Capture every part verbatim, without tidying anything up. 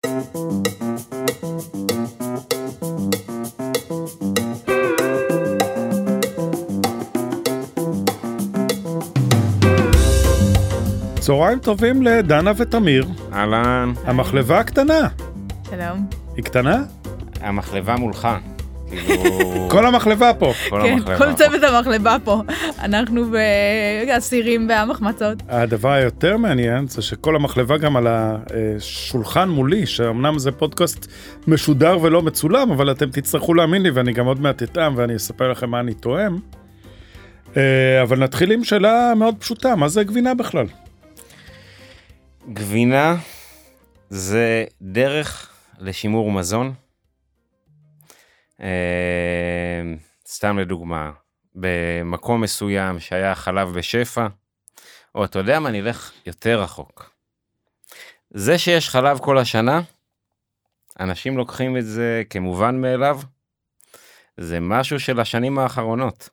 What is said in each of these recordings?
צהריים טובים לדנה ותמיר. אהלן. המחלבה הקטנה. שלום. היא קטנה? המחלבה מולך. כאילו... כל המחלבה פה. כל כן, המחלבה כל פה. צוות המחלבה פה. אנחנו באסירים והמחמצות. הדבר היותר מעניין זה שכל המחלבה גם על השולחן מולי, שאומנם זה פודקאסט משודר ולא מצולם, אבל אתם תצטרכו להאמין לי, ואני גם עוד מעט אטעם, ואני אספר לכם מה אני טועם. אבל נתחיל עם שאלה מאוד פשוטה, מה זה גבינה בכלל? גבינה זה דרך לשימור מזון. סתם לדוגמה, במקום מסוים שהיה חלב בשפע, או אתה יודע מה, נלך יותר רחוק. זה שיש חלב כל השנה, אנשים לוקחים את זה כמובן מאליו, זה משהו של השנים האחרונות.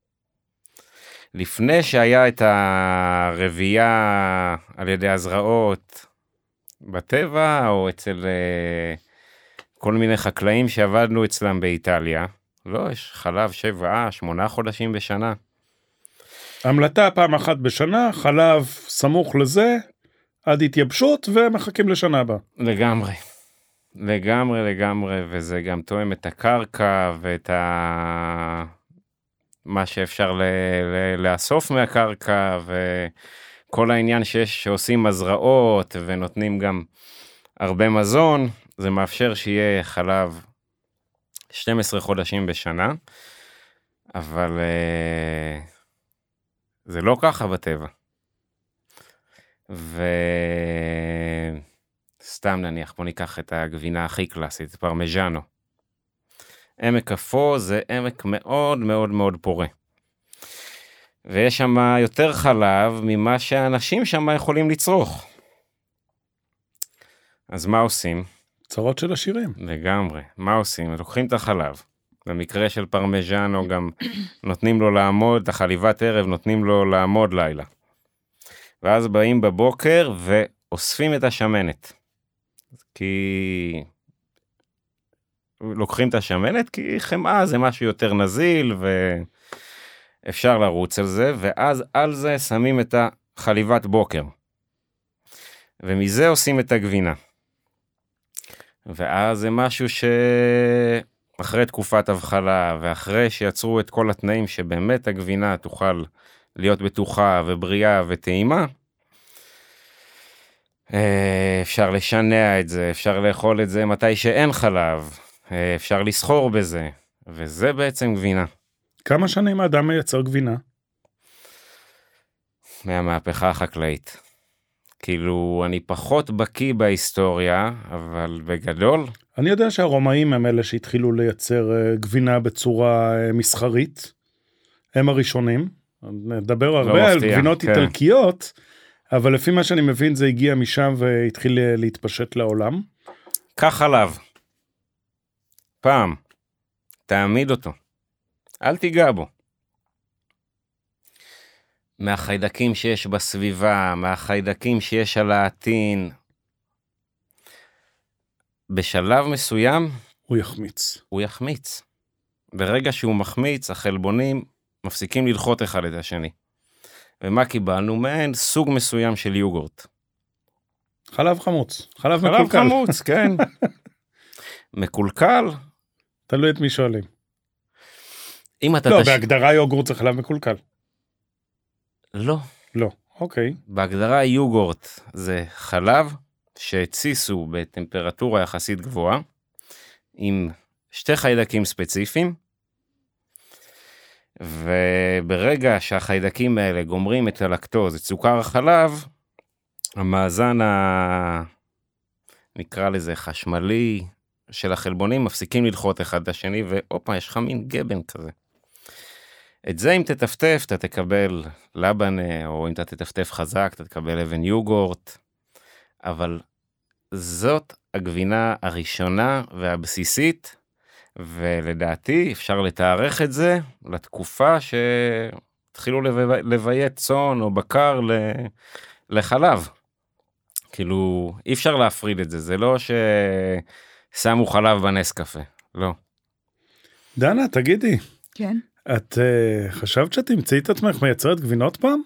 לפני שהיה את הרבייה על ידי הזרעות בטבע, או אצל כל מיני חקלאים שעבדנו אצלם באיטליה, לא, יש חלב שבעה, שמונה חודשים בשנה. המלטה פעם אחת בשנה, חלב סמוך לזה, עד התייבשות, ומחכים לשנה הבאה. לגמרי, לגמרי, לגמרי, וזה גם תואם את הקרקע, ואת ה... מה שאפשר ל... ל... לאסוף מהקרקע, וכל העניין שיש, שעושים מזרעות, ונותנים גם הרבה מזון, זה מאפשר שיהיה חלב שנים עשר חודשים בשנה, אבל uh, זה לא ככה בטבע. וסתם נניח, בוא ניקח את הגבינה הכי קלאסית, פרמיז'אנו. עמק אפו זה עמק מאוד מאוד מאוד פורה. ויש שם יותר חלב ממה שהאנשים שם יכולים לצרוך. אז מה עושים? צרות של השירים. לגמרי. מה עושים? לוקחים את החלב. במקרה של פרמיז'אנו גם נותנים לו לעמוד, את החליבת ערב נותנים לו לעמוד לילה. ואז באים בבוקר ואוספים את השמנת. כי... לוקחים את השמנת כי חמאה זה משהו יותר נזיל ואפשר לרוץ על זה, ואז על זה שמים את החליבת בוקר. ומזה עושים את הגבינה. ואז זה משהו שאחרי תקופת הבחלה, ואחרי שיצרו את כל התנאים שבאמת הגבינה תוכל להיות בטוחה ובריאה וטעימה, אפשר לשנע את זה, אפשר לאכול את זה מתי שאין חלב, אפשר לסחור בזה, וזה בעצם גבינה. כמה שנים האדם מייצר גבינה? מהמהפכה החקלאית. כאילו, אני פחות בקיא בהיסטוריה, אבל בגדול... אני יודע שהרומאים הם אלה שהתחילו לייצר גבינה בצורה מסחרית. הם הראשונים. נדבר הרבה לא על מפתיע, גבינות כן. איטלקיות, אבל לפי מה שאני מבין זה הגיע משם והתחיל להתפשט לעולם. קח חלב. פעם. תעמיד אותו. אל תיגע בו. מהחיידקים שיש בסביבה, מהחיידקים שיש על העתין. בשלב מסוים... הוא יחמיץ. הוא יחמיץ. ברגע שהוא מחמיץ, החלבונים מפסיקים ללחות אחד את השני. ומה קיבלנו? מעין סוג מסוים של יוגורט. חלב חמוץ. חלב, חלב מקולקל. חמוץ, כן. מקולקל? תלוי את מי שואלים. אם אתה לא, תש... בהגדרה יוגורט זה חלב מקולקל. לא. לא, אוקיי. בהגדרה יוגורט זה חלב שהציסו בטמפרטורה יחסית גבוהה, עם שתי חיידקים ספציפיים, וברגע שהחיידקים האלה גומרים את הלקטוז, את סוכר החלב, המאזן ה... נקרא לזה חשמלי של החלבונים, מפסיקים ללחות אחד את השני, ואופה, יש לך מין גבן כזה. את זה אם תטפטף, אתה תקבל לבנה, או אם אתה תטפטף חזק, אתה תקבל אבן יוגורט, אבל זאת הגבינה הראשונה והבסיסית, ולדעתי אפשר לתארך את זה לתקופה שהתחילו לוויית צאן או בקר לחלב. כאילו, אי אפשר להפריד את זה, זה לא ששמו חלב בנס קפה, לא. דנה, תגידי, כן. את uh, חשבת שתמצאי את עצמך מייצרת גבינות פעם?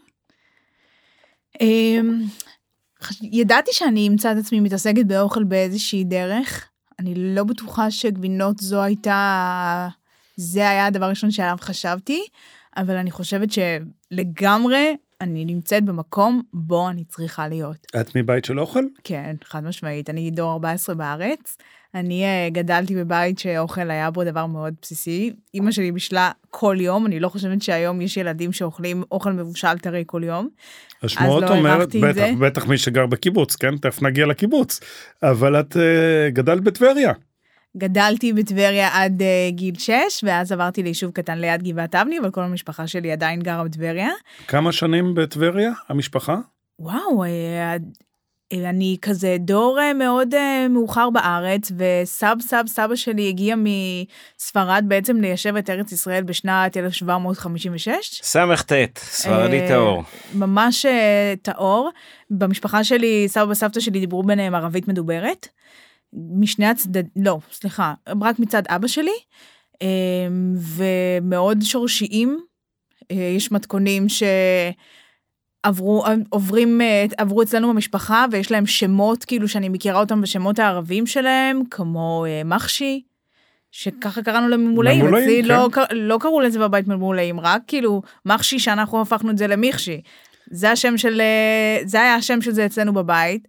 אמ, חש- ידעתי שאני אמצא את עצמי מתעסקת באוכל באיזושהי דרך. אני לא בטוחה שגבינות זו הייתה, זה היה הדבר הראשון שעליו חשבתי, אבל אני חושבת שלגמרי אני נמצאת במקום בו אני צריכה להיות. את מבית של אוכל? כן, חד משמעית. אני דור ארבע עשרה בארץ. אני uh, גדלתי בבית שאוכל היה בו דבר מאוד בסיסי. אמא שלי בשלה כל יום, אני לא חושבת שהיום יש ילדים שאוכלים אוכל מבושל טרי כל יום. השמועות לא אומרת, הערכתי את בטח, זה. בטח מי שגר בקיבוץ, כן? תכף נגיע לקיבוץ. אבל את uh, גדלת בטבריה. גדלתי בטבריה עד uh, גיל שש, ואז עברתי ליישוב קטן ליד גבעת אבני, אבל כל המשפחה שלי עדיין גרה בטבריה. כמה שנים בטבריה, המשפחה? וואו, אה, אני כזה דור אה, מאוד אה, מאוחר בארץ, וסב סב סבא שלי הגיע מספרד בעצם ליישב את ארץ ישראל בשנת אלף שבע מאות חמישים ושש. סמך תת, ספרדי אה, טהור. ממש אה, טהור. במשפחה שלי, סבא וסבתא שלי דיברו ביניהם ערבית מדוברת. משני הצדד, לא, סליחה, רק מצד אבא שלי, אה, ומאוד שורשיים. אה, יש מתכונים ש... עברו, עוברים, עברו אצלנו במשפחה, ויש להם שמות, כאילו שאני מכירה אותם בשמות הערבים שלהם, כמו אה, מחשי, שככה קראנו לממולאים, ממולאים, אצלי כן. לא, לא קראו לזה בבית ממולאים, רק כאילו מחשי שאנחנו הפכנו את זה למיכשי. זה השם של, זה היה השם של זה אצלנו בבית,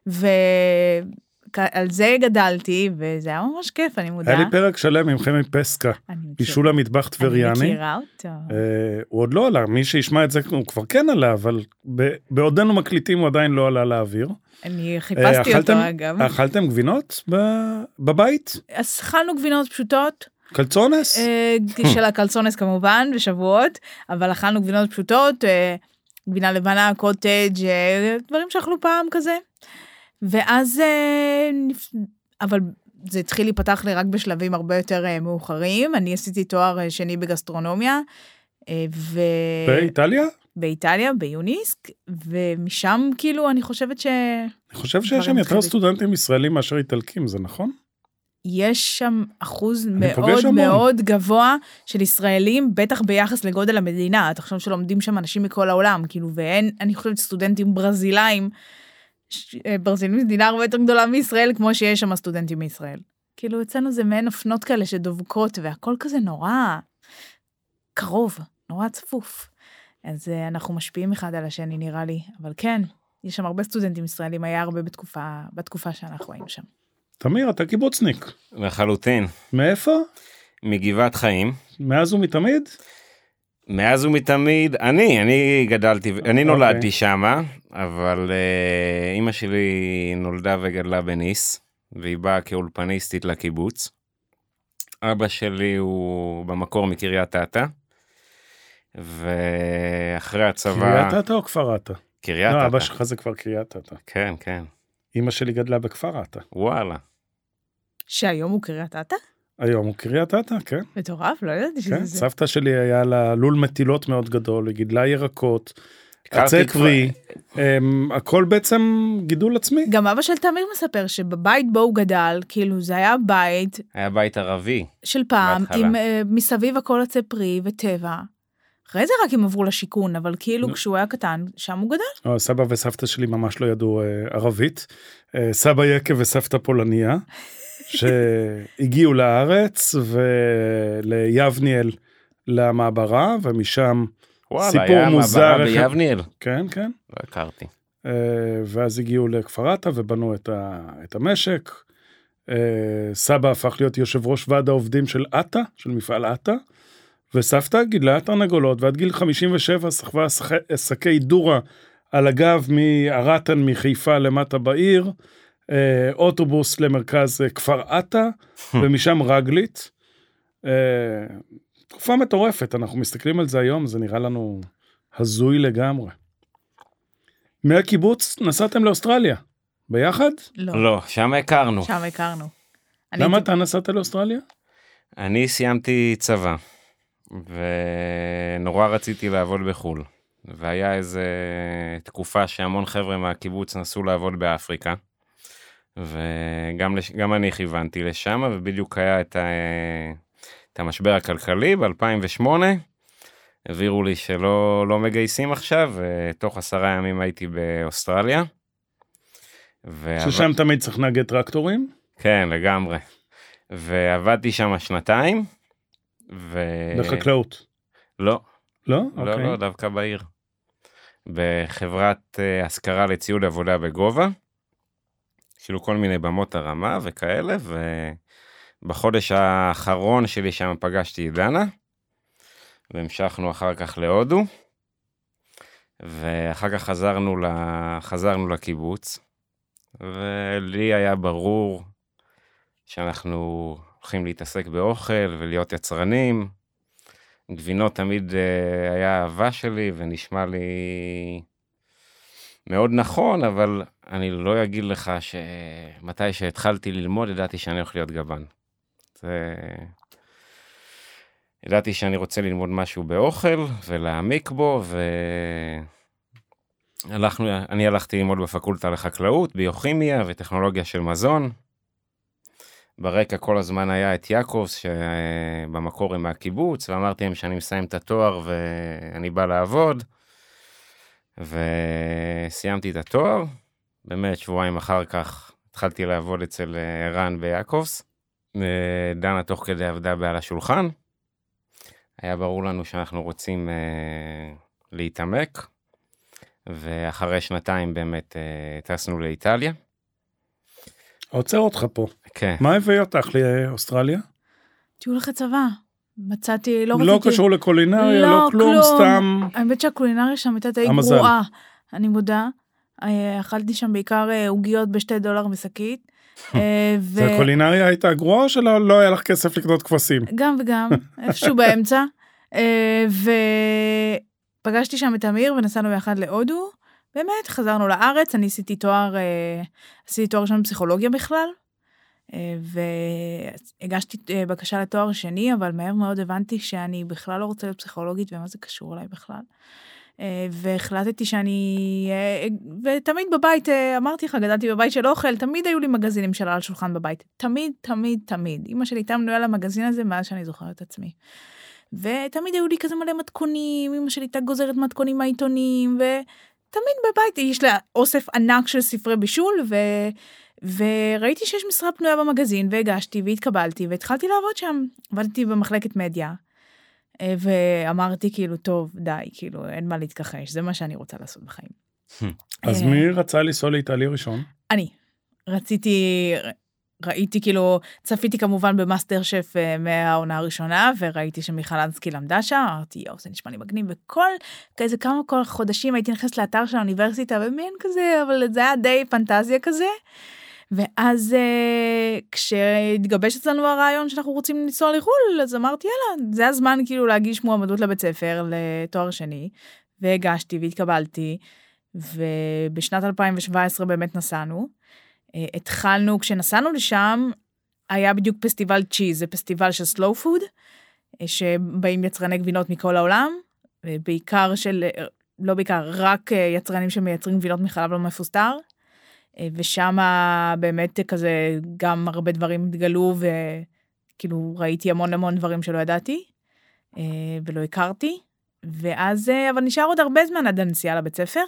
ועל זה גדלתי, וזה היה ממש כיף, אני מודה. היה לי פרק שלם עם חמי פסקה, בישול המטבח טבריאני. אני מכירה אותו. אה, הוא עוד לא עלה, מי שישמע את זה, הוא כבר כן עלה, אבל ב- בעודנו מקליטים הוא עדיין לא עלה לאוויר. אני אה, חיפשתי אותו אכלתם- אגב. אכלתם גבינות ב- בבית? אז אכלנו גבינות פשוטות, קלצונס? אה, של הקלצונס כמובן, בשבועות, אבל אכלנו גבינות פשוטות, אה, גבינה לבנה, קוטג', אה, דברים שאכלו פעם כזה. ואז, אה, נפ- אבל זה התחיל להיפתח לי רק בשלבים הרבה יותר אה, מאוחרים. אני עשיתי תואר אה, שני בגסטרונומיה, אה, ו... באיטליה? באיטליה, ביוניסק, ומשם כאילו אני חושבת ש... אני חושב שיש דברים שם יותר התחילו. סטודנטים ישראלים מאשר איטלקים, זה נכון? יש שם אחוז פוגש מאוד המון. מאוד גבוה של ישראלים, בטח ביחס לגודל המדינה. אתה חושב שלומדים שם אנשים מכל העולם, כאילו, ואין, אני חושבת, סטודנטים ברזילאים, ש- ברזילים מדינה הרבה יותר גדולה מישראל, כמו שיש שם סטודנטים מישראל. כאילו, אצלנו זה מעין אופנות כאלה שדובקות, והכל כזה נורא קרוב, נורא צפוף. אז אה, אנחנו משפיעים אחד על השני, נראה לי. אבל כן, יש שם הרבה סטודנטים ישראלים, היה הרבה בתקופה, בתקופה שאנחנו היינו שם. תמיר, אתה קיבוצניק. לחלוטין. מאיפה? מגבעת חיים. מאז ומתמיד? מאז ומתמיד, אני, אני גדלתי, אני נולדתי אוקיי. שמה, אבל אה, אמא שלי נולדה וגדלה בניס, והיא באה כאולפניסטית לקיבוץ. אבא שלי הוא במקור מקריית אתא, ואחרי הצבא... קריית אתא או כפר אתא? קריית לא, אתא. אבא שלך זה כבר קריית אתא. כן, כן. אמא שלי גדלה בכפר אתא. וואלה. שהיום הוא קריית אתא? היום הוא קריית אתא, כן. מטורף, לא ידעתי שזה כן. זה. סבתא שלי היה לה לול מטילות מאוד גדול, היא גידלה ירקות, הכרתי עצי פרי, אמ, הכל בעצם גידול עצמי. גם אבא של תמיר מספר שבבית בו הוא גדל, כאילו זה היה בית היה בית ערבי. של פעם, בהתחלה. עם uh, מסביב הכל עצי פרי וטבע. אחרי זה רק הם עברו לשיכון, אבל כאילו כשהוא היה קטן, שם הוא גדל. לא, סבא וסבתא שלי ממש לא ידעו אה, ערבית. אה, סבא יקה וסבתא פולניה, שהגיעו לארץ וליבניאל למעברה, ומשם וואלה, סיפור היה מוזר. מעברה איך- ביבניאל. כן, כן. לא הכרתי. אה, ואז הגיעו לכפר אתא ובנו את, ה, את המשק. אה, סבא הפך להיות יושב ראש ועד העובדים של אתא, של מפעל אתא, וסבתא גידלה תרנגולות, ועד גיל חמישים ושבע סחבה שק- שקי דורה על הגב מערתן מחיפה למטה בעיר, אה, אוטובוס למרכז אה, כפר אתא, ומשם רגלית. אה, תקופה מטורפת, אנחנו מסתכלים על זה היום, זה נראה לנו הזוי לגמרי. מהקיבוץ נסעתם לאוסטרליה, ביחד? לא, לא, שם הכרנו. שם הכרנו. אני למה הייתי- אתה נסעת לאוסטרליה? אני סיימתי צבא, ונורא רציתי לעבוד בחול. והיה איזה תקופה שהמון חבר'ה מהקיבוץ נסו לעבוד באפריקה, וגם לש... גם אני כיוונתי לשם, ובדיוק היה את, ה... את המשבר הכלכלי ב-אלפיים ושמונה, העבירו לי שלא לא מגייסים עכשיו, ותוך עשרה ימים הייתי באוסטרליה. ו... ששם תמיד צריך נהגי טרקטורים? כן, לגמרי. ועבדתי שם שנתיים. ו... בחקלאות? לא. לא? לא, אוקיי. לא, דווקא בעיר. בחברת uh, השכרה לציוד עבודה בגובה. כאילו כל מיני במות הרמה וכאלה, ובחודש האחרון שלי שם פגשתי את דנה, והמשכנו אחר כך להודו, ואחר כך חזרנו, ל... חזרנו לקיבוץ, ולי היה ברור שאנחנו הולכים להתעסק באוכל ולהיות יצרנים. גבינות תמיד uh, היה אהבה שלי ונשמע לי מאוד נכון, אבל אני לא אגיד לך שמתי שהתחלתי ללמוד ידעתי שאני הולך להיות גבן. זה... ידעתי שאני רוצה ללמוד משהו באוכל ולהעמיק בו, והלכנו, אני הלכתי ללמוד בפקולטה לחקלאות, ביוכימיה וטכנולוגיה של מזון. ברקע כל הזמן היה את יעקובס, שבמקור הם מהקיבוץ, ואמרתי להם שאני מסיים את התואר ואני בא לעבוד, וסיימתי את התואר. באמת שבועיים אחר כך התחלתי לעבוד אצל רן ביעקובס, דנה תוך כדי עבדה בעל השולחן. היה ברור לנו שאנחנו רוצים להתעמק, ואחרי שנתיים באמת טסנו לאיטליה. עוצר אותך פה. כן. מה הביא אותך לאוסטרליה? טיול אחרי צבא. מצאתי, לא לא רציתי... קשור לקולינריה, לא, לא כלום, כלום. סתם... האמת שהקולינריה שם הייתה די המזל. גרועה. אני מודה. אכלתי שם בעיקר עוגיות בשתי דולר משקית. ו... והקולינריה הייתה גרועה או שלא לא היה לך כסף לקנות כבשים? גם וגם, איפשהו באמצע. ופגשתי שם את אמיר ונסענו יחד להודו. באמת, חזרנו לארץ, אני עשיתי תואר, עשיתי תואר ראשון בפסיכולוגיה בכלל, והגשתי בקשה לתואר שני, אבל מהר מאוד הבנתי שאני בכלל לא רוצה להיות פסיכולוגית, ומה זה קשור אליי בכלל. והחלטתי שאני, ותמיד בבית, אמרתי לך, גדלתי בבית של אוכל, תמיד היו לי מגזינים שלה על שולחן בבית. תמיד, תמיד, תמיד. אמא שלי הייתה מנויה למגזין הזה, מאז שאני זוכרת את עצמי. ותמיד היו לי כזה מלא מתכונים, אמא שלי הייתה גוזרת מתכונים מהעיתונים, ו... תמיד בבית, יש לה אוסף ענק של ספרי בישול, ו... וראיתי שיש משרה פנויה במגזין, והגשתי והתקבלתי, והתחלתי לעבוד שם. עבדתי במחלקת מדיה, ואמרתי כאילו, טוב, די, כאילו, אין מה להתכחש, זה מה שאני רוצה לעשות בחיים. אז מי רצה לנסוע לאיטליה ראשון? אני. רציתי... ראיתי כאילו, צפיתי כמובן במאסטר שף מהעונה הראשונה, וראיתי שמיכל אנסקי למדה שם, אמרתי, יואו, זה נשמע לי מגניב, וכל, כזה כמה כל חודשים הייתי נכנסת לאתר של האוניברסיטה, ומין כזה, אבל זה היה די פנטזיה כזה, ואז כשהתגבש אצלנו הרעיון שאנחנו רוצים לנסוע לחול, אז אמרתי, יאללה, זה הזמן כאילו להגיש מועמדות לבית ספר, לתואר שני, והגשתי והתקבלתי, ובשנת אלפיים שבע עשרה באמת נסענו, התחלנו, כשנסענו לשם, היה בדיוק פסטיבל צ'יז, זה פסטיבל של סלואו פוד, שבאים יצרני גבינות מכל העולם, בעיקר של, לא בעיקר, רק יצרנים שמייצרים גבינות מחלב לא מפוסטר, ושם באמת כזה גם הרבה דברים התגלו, וכאילו ראיתי המון המון דברים שלא ידעתי, ולא הכרתי, ואז, אבל נשאר עוד הרבה זמן עד הנסיעה לבית ספר,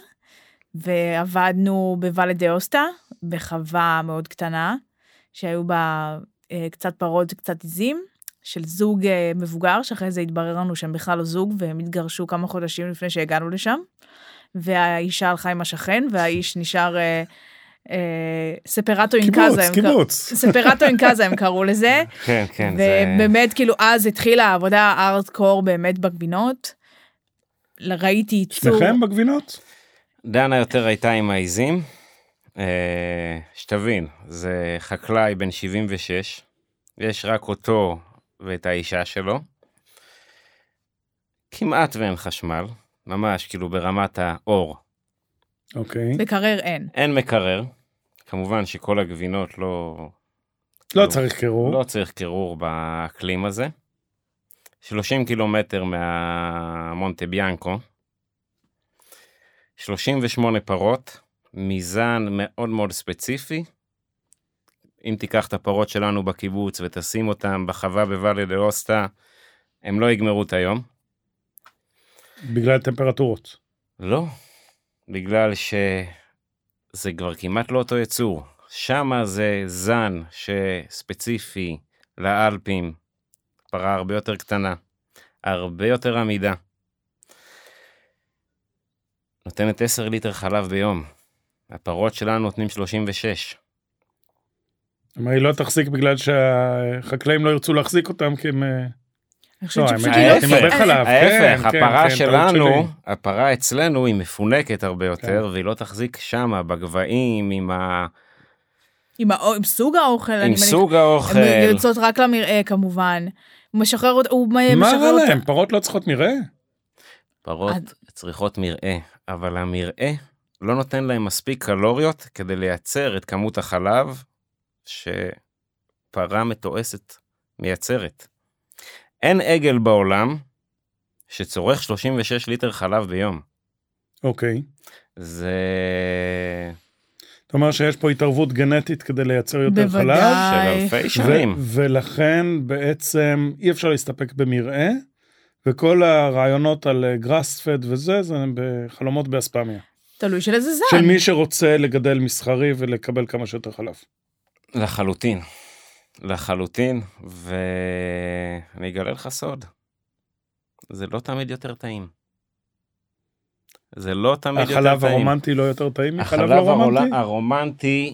ועבדנו בוואלה דה אוסטה, בחווה מאוד קטנה, שהיו בה קצת פרות וקצת עזים, של זוג מבוגר, שאחרי זה התברר לנו שהם בכלל לא זוג, והם התגרשו כמה חודשים לפני שהגענו לשם, והאישה הלכה עם השכן, והאיש נשאר ספרטו אינקאזה. קיבוץ, קיבוץ. ספרטו אינקאזה הם קראו לזה. כן, כן. ובאמת כאילו אז התחילה העבודה הארדקור באמת בגבינות, ראיתי ייצור. שניכם בגבינות? דנה יותר הייתה עם העיזים, שתבין, זה חקלאי בן שבעים ושש, יש רק אותו ואת האישה שלו, כמעט ואין חשמל, ממש כאילו ברמת האור. אוקיי. מקרר אין. אין מקרר, כמובן שכל הגבינות לא... לא צריך קירור. לא צריך קירור באקלים הזה. שלושים קילומטר מהמונטה ביאנקו, שלושים ושמונה פרות, מזן מאוד מאוד ספציפי. אם תיקח את הפרות שלנו בקיבוץ ותשים אותם בחווה בוואלי לאוסטה, הם לא יגמרו את היום. בגלל טמפרטורות. לא, בגלל שזה כבר כמעט לא אותו יצור. שמה זה זן שספציפי לאלפים, פרה הרבה יותר קטנה, הרבה יותר עמידה. נותנת עשרה ליטר חלב ביום. הפרות שלנו נותנים שלושים ושש. אבל היא לא תחזיק בגלל שהחקלאים לא ירצו להחזיק אותם, כי הם... אני חושבת שפשוט היא לא... ההפך, הפרה שלנו, הפרה אצלנו היא מפונקת הרבה יותר, והיא לא תחזיק שמה בגבעים עם ה... עם סוג האוכל. עם סוג האוכל. הן יוצאות רק למראה כמובן. הוא משחרר אותה. מה רע להם? פרות לא צריכות מראה? פרות צריכות מראה, אבל המראה לא נותן להם מספיק קלוריות כדי לייצר את כמות החלב שפרה מתועסת מייצרת. אין עגל בעולם שצורך שלושים ושש ליטר חלב ביום. אוקיי. זה... זאת אומרת שיש פה התערבות גנטית כדי לייצר יותר בוודאי. חלב. של אלפי שנים. ו- ולכן בעצם אי אפשר להסתפק במראה, וכל הרעיונות על גראס פד וזה, זה בחלומות באספמיה. תלוי של איזה זן. של מי שרוצה לגדל מסחרי ולקבל כמה שיותר חלב. לחלוטין. לחלוטין, ואני אגלה לך סוד. זה לא תמיד יותר טעים. זה לא תמיד יותר טעים. החלב הרומנטי לא יותר טעים מחלב לא רומנטי? החלב הרומנטי,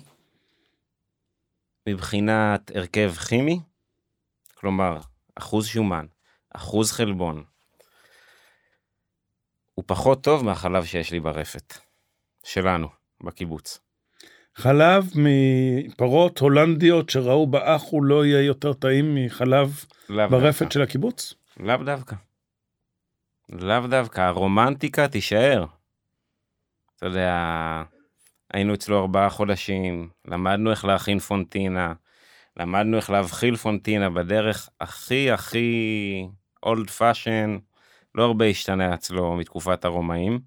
מבחינת הרכב כימי, כלומר, אחוז שומן, אחוז חלבון, הוא פחות טוב מהחלב שיש לי ברפת, שלנו, בקיבוץ. חלב מפרות הולנדיות שראו באח הוא לא יהיה יותר טעים מחלב ברפת דווקא. של הקיבוץ? לאו דווקא. לאו דווקא. הרומנטיקה תישאר. אתה יודע, היינו אצלו ארבעה חודשים, למדנו איך להכין פונטינה, למדנו איך להבחיל פונטינה בדרך הכי הכי old fashion, לא הרבה השתנה אצלו מתקופת הרומאים.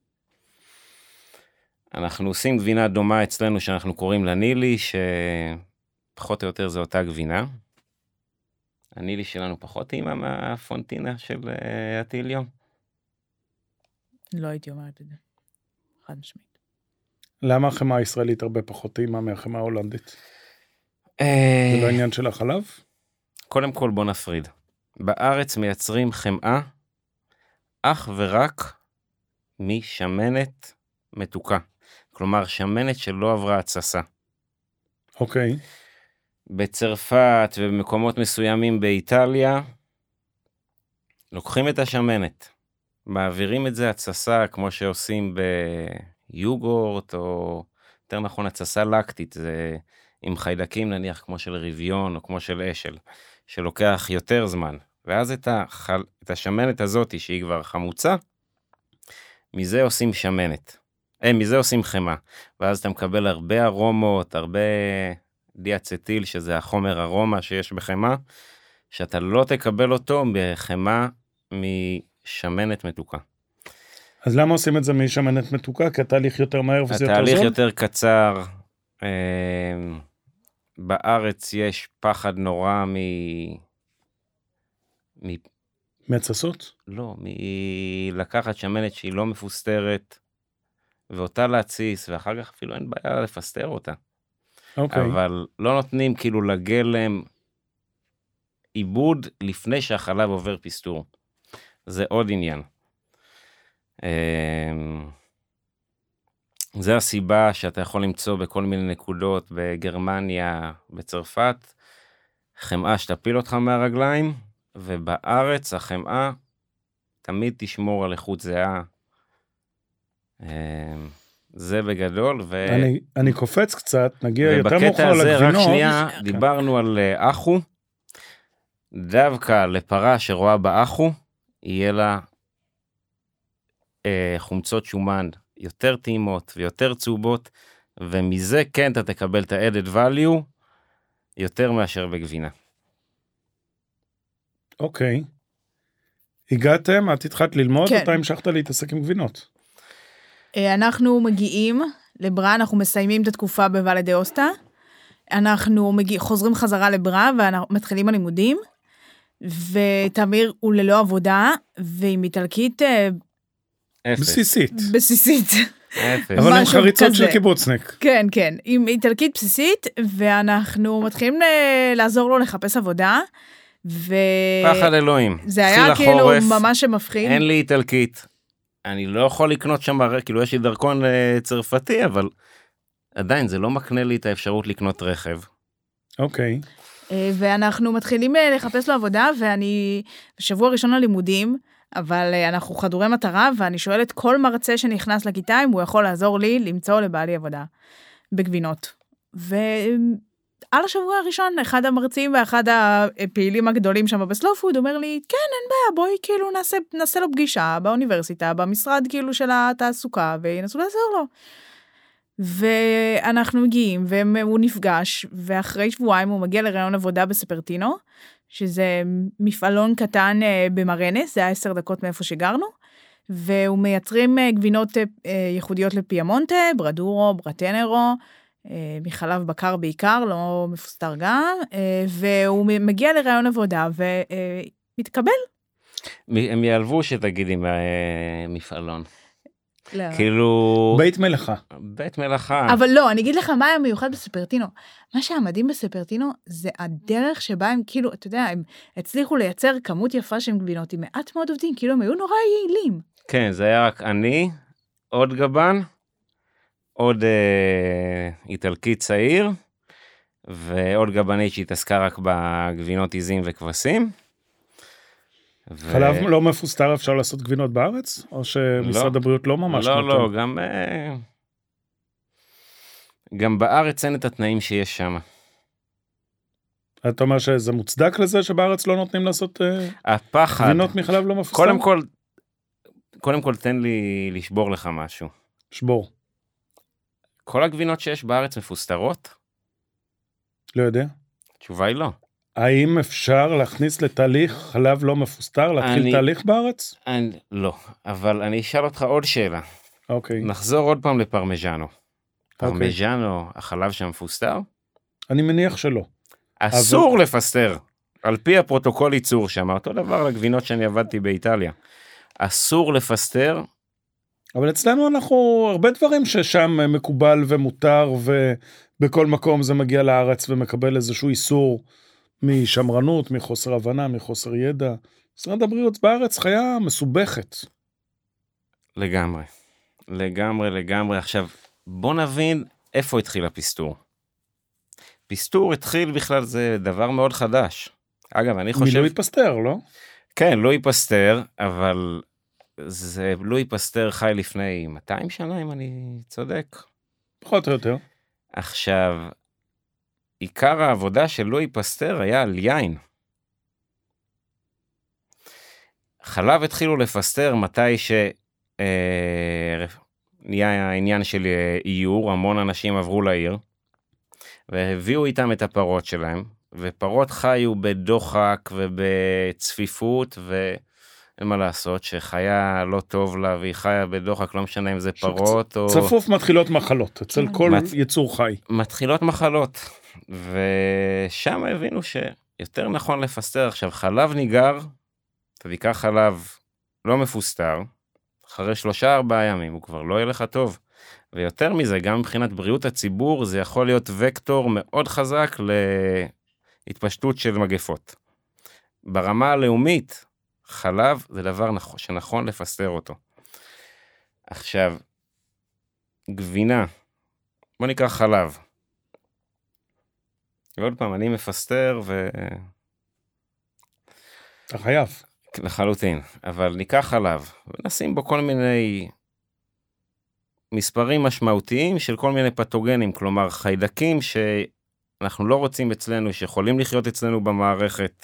אנחנו עושים גבינה דומה אצלנו שאנחנו קוראים לנילי, שפחות או יותר זו אותה גבינה. הנילי שלנו פחות טעימה מהפונטינה של הטיליו. לא הייתי אומרת את זה. חד משמעית. למה החמאה הישראלית הרבה פחות טעימה מהחמאה ההולנדית? זה לא עניין של החלב? קודם כל בוא נפריד. בארץ מייצרים חמאה אך ורק משמנת מתוקה. כלומר, שמנת שלא עברה הצסה. אוקיי. בצרפת ובמקומות מסוימים באיטליה, לוקחים את השמנת, מעבירים את זה הצסה כמו שעושים ביוגורט, או יותר נכון הצסה לקטית, זה עם חיידקים נניח כמו של ריביון או כמו של אשל, שלוקח יותר זמן. ואז את, החל... את השמנת הזאת שהיא כבר חמוצה, מזה עושים שמנת. אה, מזה עושים חמה, ואז אתה מקבל הרבה ארומות, הרבה דיאצטיל, שזה החומר ארומה שיש בחמה, שאתה לא תקבל אותו בחמה משמנת מתוקה. אז למה עושים את זה משמנת מתוקה? כי התהליך יותר מהר וזה יותר זול? התהליך יותר קצר. אה, בארץ יש פחד נורא מ... מ... מהצסות? לא, מלקחת שמנת שהיא לא מפוסטרת, ואותה להציס, ואחר כך אפילו אין בעיה לפסטר אותה. אוקיי. אבל לא נותנים כאילו לגלם עיבוד לפני שהחלב עובר פסטור. זה עוד עניין. זה הסיבה שאתה יכול למצוא בכל מיני נקודות בגרמניה, בצרפת, חמאה שתפיל אותך מהרגליים, ובארץ החמאה תמיד תשמור על איכות זהה. זה בגדול. ו... אני, אני קופץ קצת, נגיע יותר מאוחר לגבינות. ובקטע הזה, רק שנייה, דיברנו על אחו. דווקא לפרה שרואה באחו, יהיה לה אה, חומצות שומן יותר טעימות ויותר צהובות, ומזה כן אתה תקבל את ה-added value יותר מאשר בגבינה. אוקיי. הגעתם, את התחלת ללמוד, כן. אתה המשכת להתעסק עם גבינות. אנחנו מגיעים לברה, אנחנו מסיימים את התקופה בוולדה אוסטה, אנחנו מגיע, חוזרים חזרה לברה, ואנחנו מתחילים הלימודים, ותמיר הוא ללא עבודה, ועם איטלקית... בסיסית. בסיסית. אבל עם חריצות של קיבוצניק. כן, כן, עם איטלקית בסיסית, ואנחנו מתחילים לעזור לו לחפש עבודה, ו... פחד אלוהים. זה היה כאילו ממש מפחיד. אין לי איטלקית. אני לא יכול לקנות שם, כאילו יש לי דרכון צרפתי, אבל עדיין זה לא מקנה לי את האפשרות לקנות רכב. אוקיי. ואנחנו מתחילים לחפש לו עבודה, ואני בשבוע ראשון ללימודים, אבל אנחנו חדורי מטרה, ואני שואלת כל מרצה שנכנס לכיתה, אם הוא יכול לעזור לי למצוא לבעלי עבודה בגבינות. ועל השבוע הראשון, אחד המרצים ואחד הפעילים הגדולים שם בסלופוד, אומר לי, כן, אין בעיה, בואי כאילו נעשה, נעשה לו פגישה באוניברסיטה, במשרד כאילו של התעסוקה, וינסו לעזור לו. ואנחנו מגיעים, והוא נפגש, ואחרי שבועיים הוא מגיע לרעיון עבודה בספרטינו, שזה מפעלון קטן במרנס, זה היה עשר דקות מאיפה שגרנו, והוא מייצרים גבינות ייחודיות לפיאמונטה, ברדורו, ברטנרו, מחלב בקר בעיקר, לא מפוסטר גם, והוא מגיע לרעיון עבודה ומתקבל. הם יעלבו שתגידי מפעלון. לא. כאילו... בית מלאכה. בית מלאכה. אבל לא, אני אגיד לך מה היה מיוחד בספרטינו. מה שהמדהים בספרטינו זה הדרך שבה הם כאילו, אתה יודע, הם הצליחו לייצר כמות יפה של גבינות עם מעט מאוד עובדים, כאילו הם היו נורא יעילים. כן, זה היה רק אני, עוד גבן, עוד אה, איטלקי צעיר, ועוד גבנית שהתעסקה רק בגבינות עיזים וכבשים. ו... חלב לא מפוסטר אפשר לעשות גבינות בארץ? או שמשרד לא, הבריאות לא ממש לא, נותן? לא, לא, גם, גם בארץ אין את התנאים שיש שם. אתה אומר שזה מוצדק לזה שבארץ לא נותנים לעשות הפחד, גבינות מחלב לא מפוסטר? קודם כל, קודם כל תן לי לשבור לך משהו. שבור. כל הגבינות שיש בארץ מפוסטרות? לא יודע. התשובה היא לא. האם אפשר להכניס לתהליך חלב לא מפוסטר, להתחיל אני, תהליך בארץ? אני, לא, אבל אני אשאל אותך עוד שאלה. אוקיי. נחזור עוד פעם לפרמיז'אנו. פרמיז'אנו, אוקיי. החלב שם מפוסטר? אני מניח שלא. אסור אבל... לפסטר. על פי הפרוטוקול ייצור שם, אותו דבר לגבינות שאני עבדתי באיטליה. אסור לפסטר. אבל אצלנו אנחנו, הרבה דברים ששם מקובל ומותר, ובכל מקום זה מגיע לארץ ומקבל איזשהו איסור, משמרנות, מחוסר הבנה, מחוסר ידע. משרד הבריאות בארץ חיה מסובכת. לגמרי. לגמרי, לגמרי. עכשיו, בוא נבין איפה התחיל הפסטור. פסטור התחיל בכלל, זה דבר מאוד חדש. אגב, אני חושב... מלואי פסטר, לא? כן, לואי פסטר, אבל זה לואי פסטר חי לפני מאתיים שנה, אם אני צודק. פחות או יותר. עכשיו... עיקר העבודה של לואי פסטר היה על יין. חלב התחילו לפסטר מתי שנהיה אה, העניין של איור, המון אנשים עברו לעיר, והביאו איתם את הפרות שלהם, ופרות חיו בדוחק ובצפיפות, ואין מה לעשות, שחיה לא טוב לה, והיא חיה בדוחק, לא משנה אם זה פרות או... צפוף מתחילות מחלות, אצל כל מת... יצור חי. מתחילות מחלות. ושם הבינו שיותר נכון לפסטר. עכשיו, חלב ניגר, אתה תיקח חלב לא מפוסטר, אחרי שלושה ארבעה ימים, הוא כבר לא יהיה לך טוב. ויותר מזה, גם מבחינת בריאות הציבור, זה יכול להיות וקטור מאוד חזק להתפשטות של מגפות. ברמה הלאומית, חלב זה דבר שנכון לפסטר אותו. עכשיו, גבינה, בוא נקרא חלב. ועוד פעם, אני מפסטר ו... אתה חייב. לחלוטין, אבל ניקח חלב, ונשים בו כל מיני מספרים משמעותיים של כל מיני פתוגנים, כלומר חיידקים שאנחנו לא רוצים אצלנו, שיכולים לחיות אצלנו במערכת.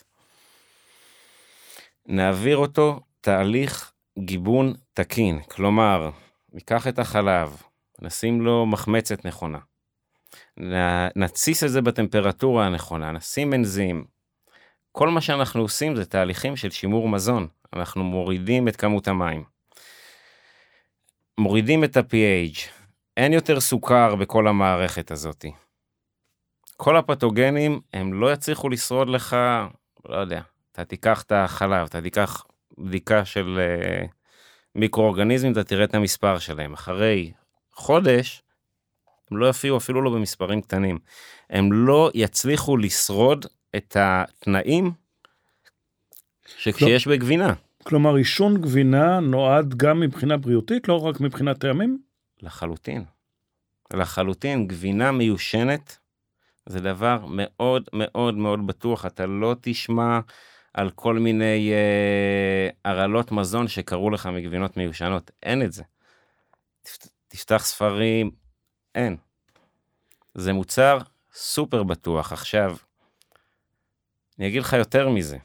נעביר אותו תהליך גיבון תקין, כלומר, ניקח את החלב, נשים לו מחמצת נכונה. נציס את זה בטמפרטורה הנכונה, נשים אנזים. כל מה שאנחנו עושים זה תהליכים של שימור מזון. אנחנו מורידים את כמות המים. מורידים את ה-פי אייץ', אין יותר סוכר בכל המערכת הזאת. כל הפתוגנים, הם לא יצליחו לשרוד לך, לא יודע, אתה תיקח את החלב, אתה תיקח בדיקה של uh, מיקרואורגניזמים, אתה תראה את המספר שלהם. אחרי חודש, הם לא יופיעו אפילו לא במספרים קטנים. הם לא יצליחו לשרוד את התנאים שכשיש בגבינה. כלומר, עישון גבינה נועד גם מבחינה בריאותית, לא רק מבחינה טעמים? לחלוטין. לחלוטין, גבינה מיושנת, זה דבר מאוד מאוד מאוד בטוח. אתה לא תשמע על כל מיני אה, הרעלות מזון שקראו לך מגבינות מיושנות. אין את זה. תפתח ספרים, אין. זה מוצר סופר בטוח. עכשיו, אני אגיד לך יותר מזה.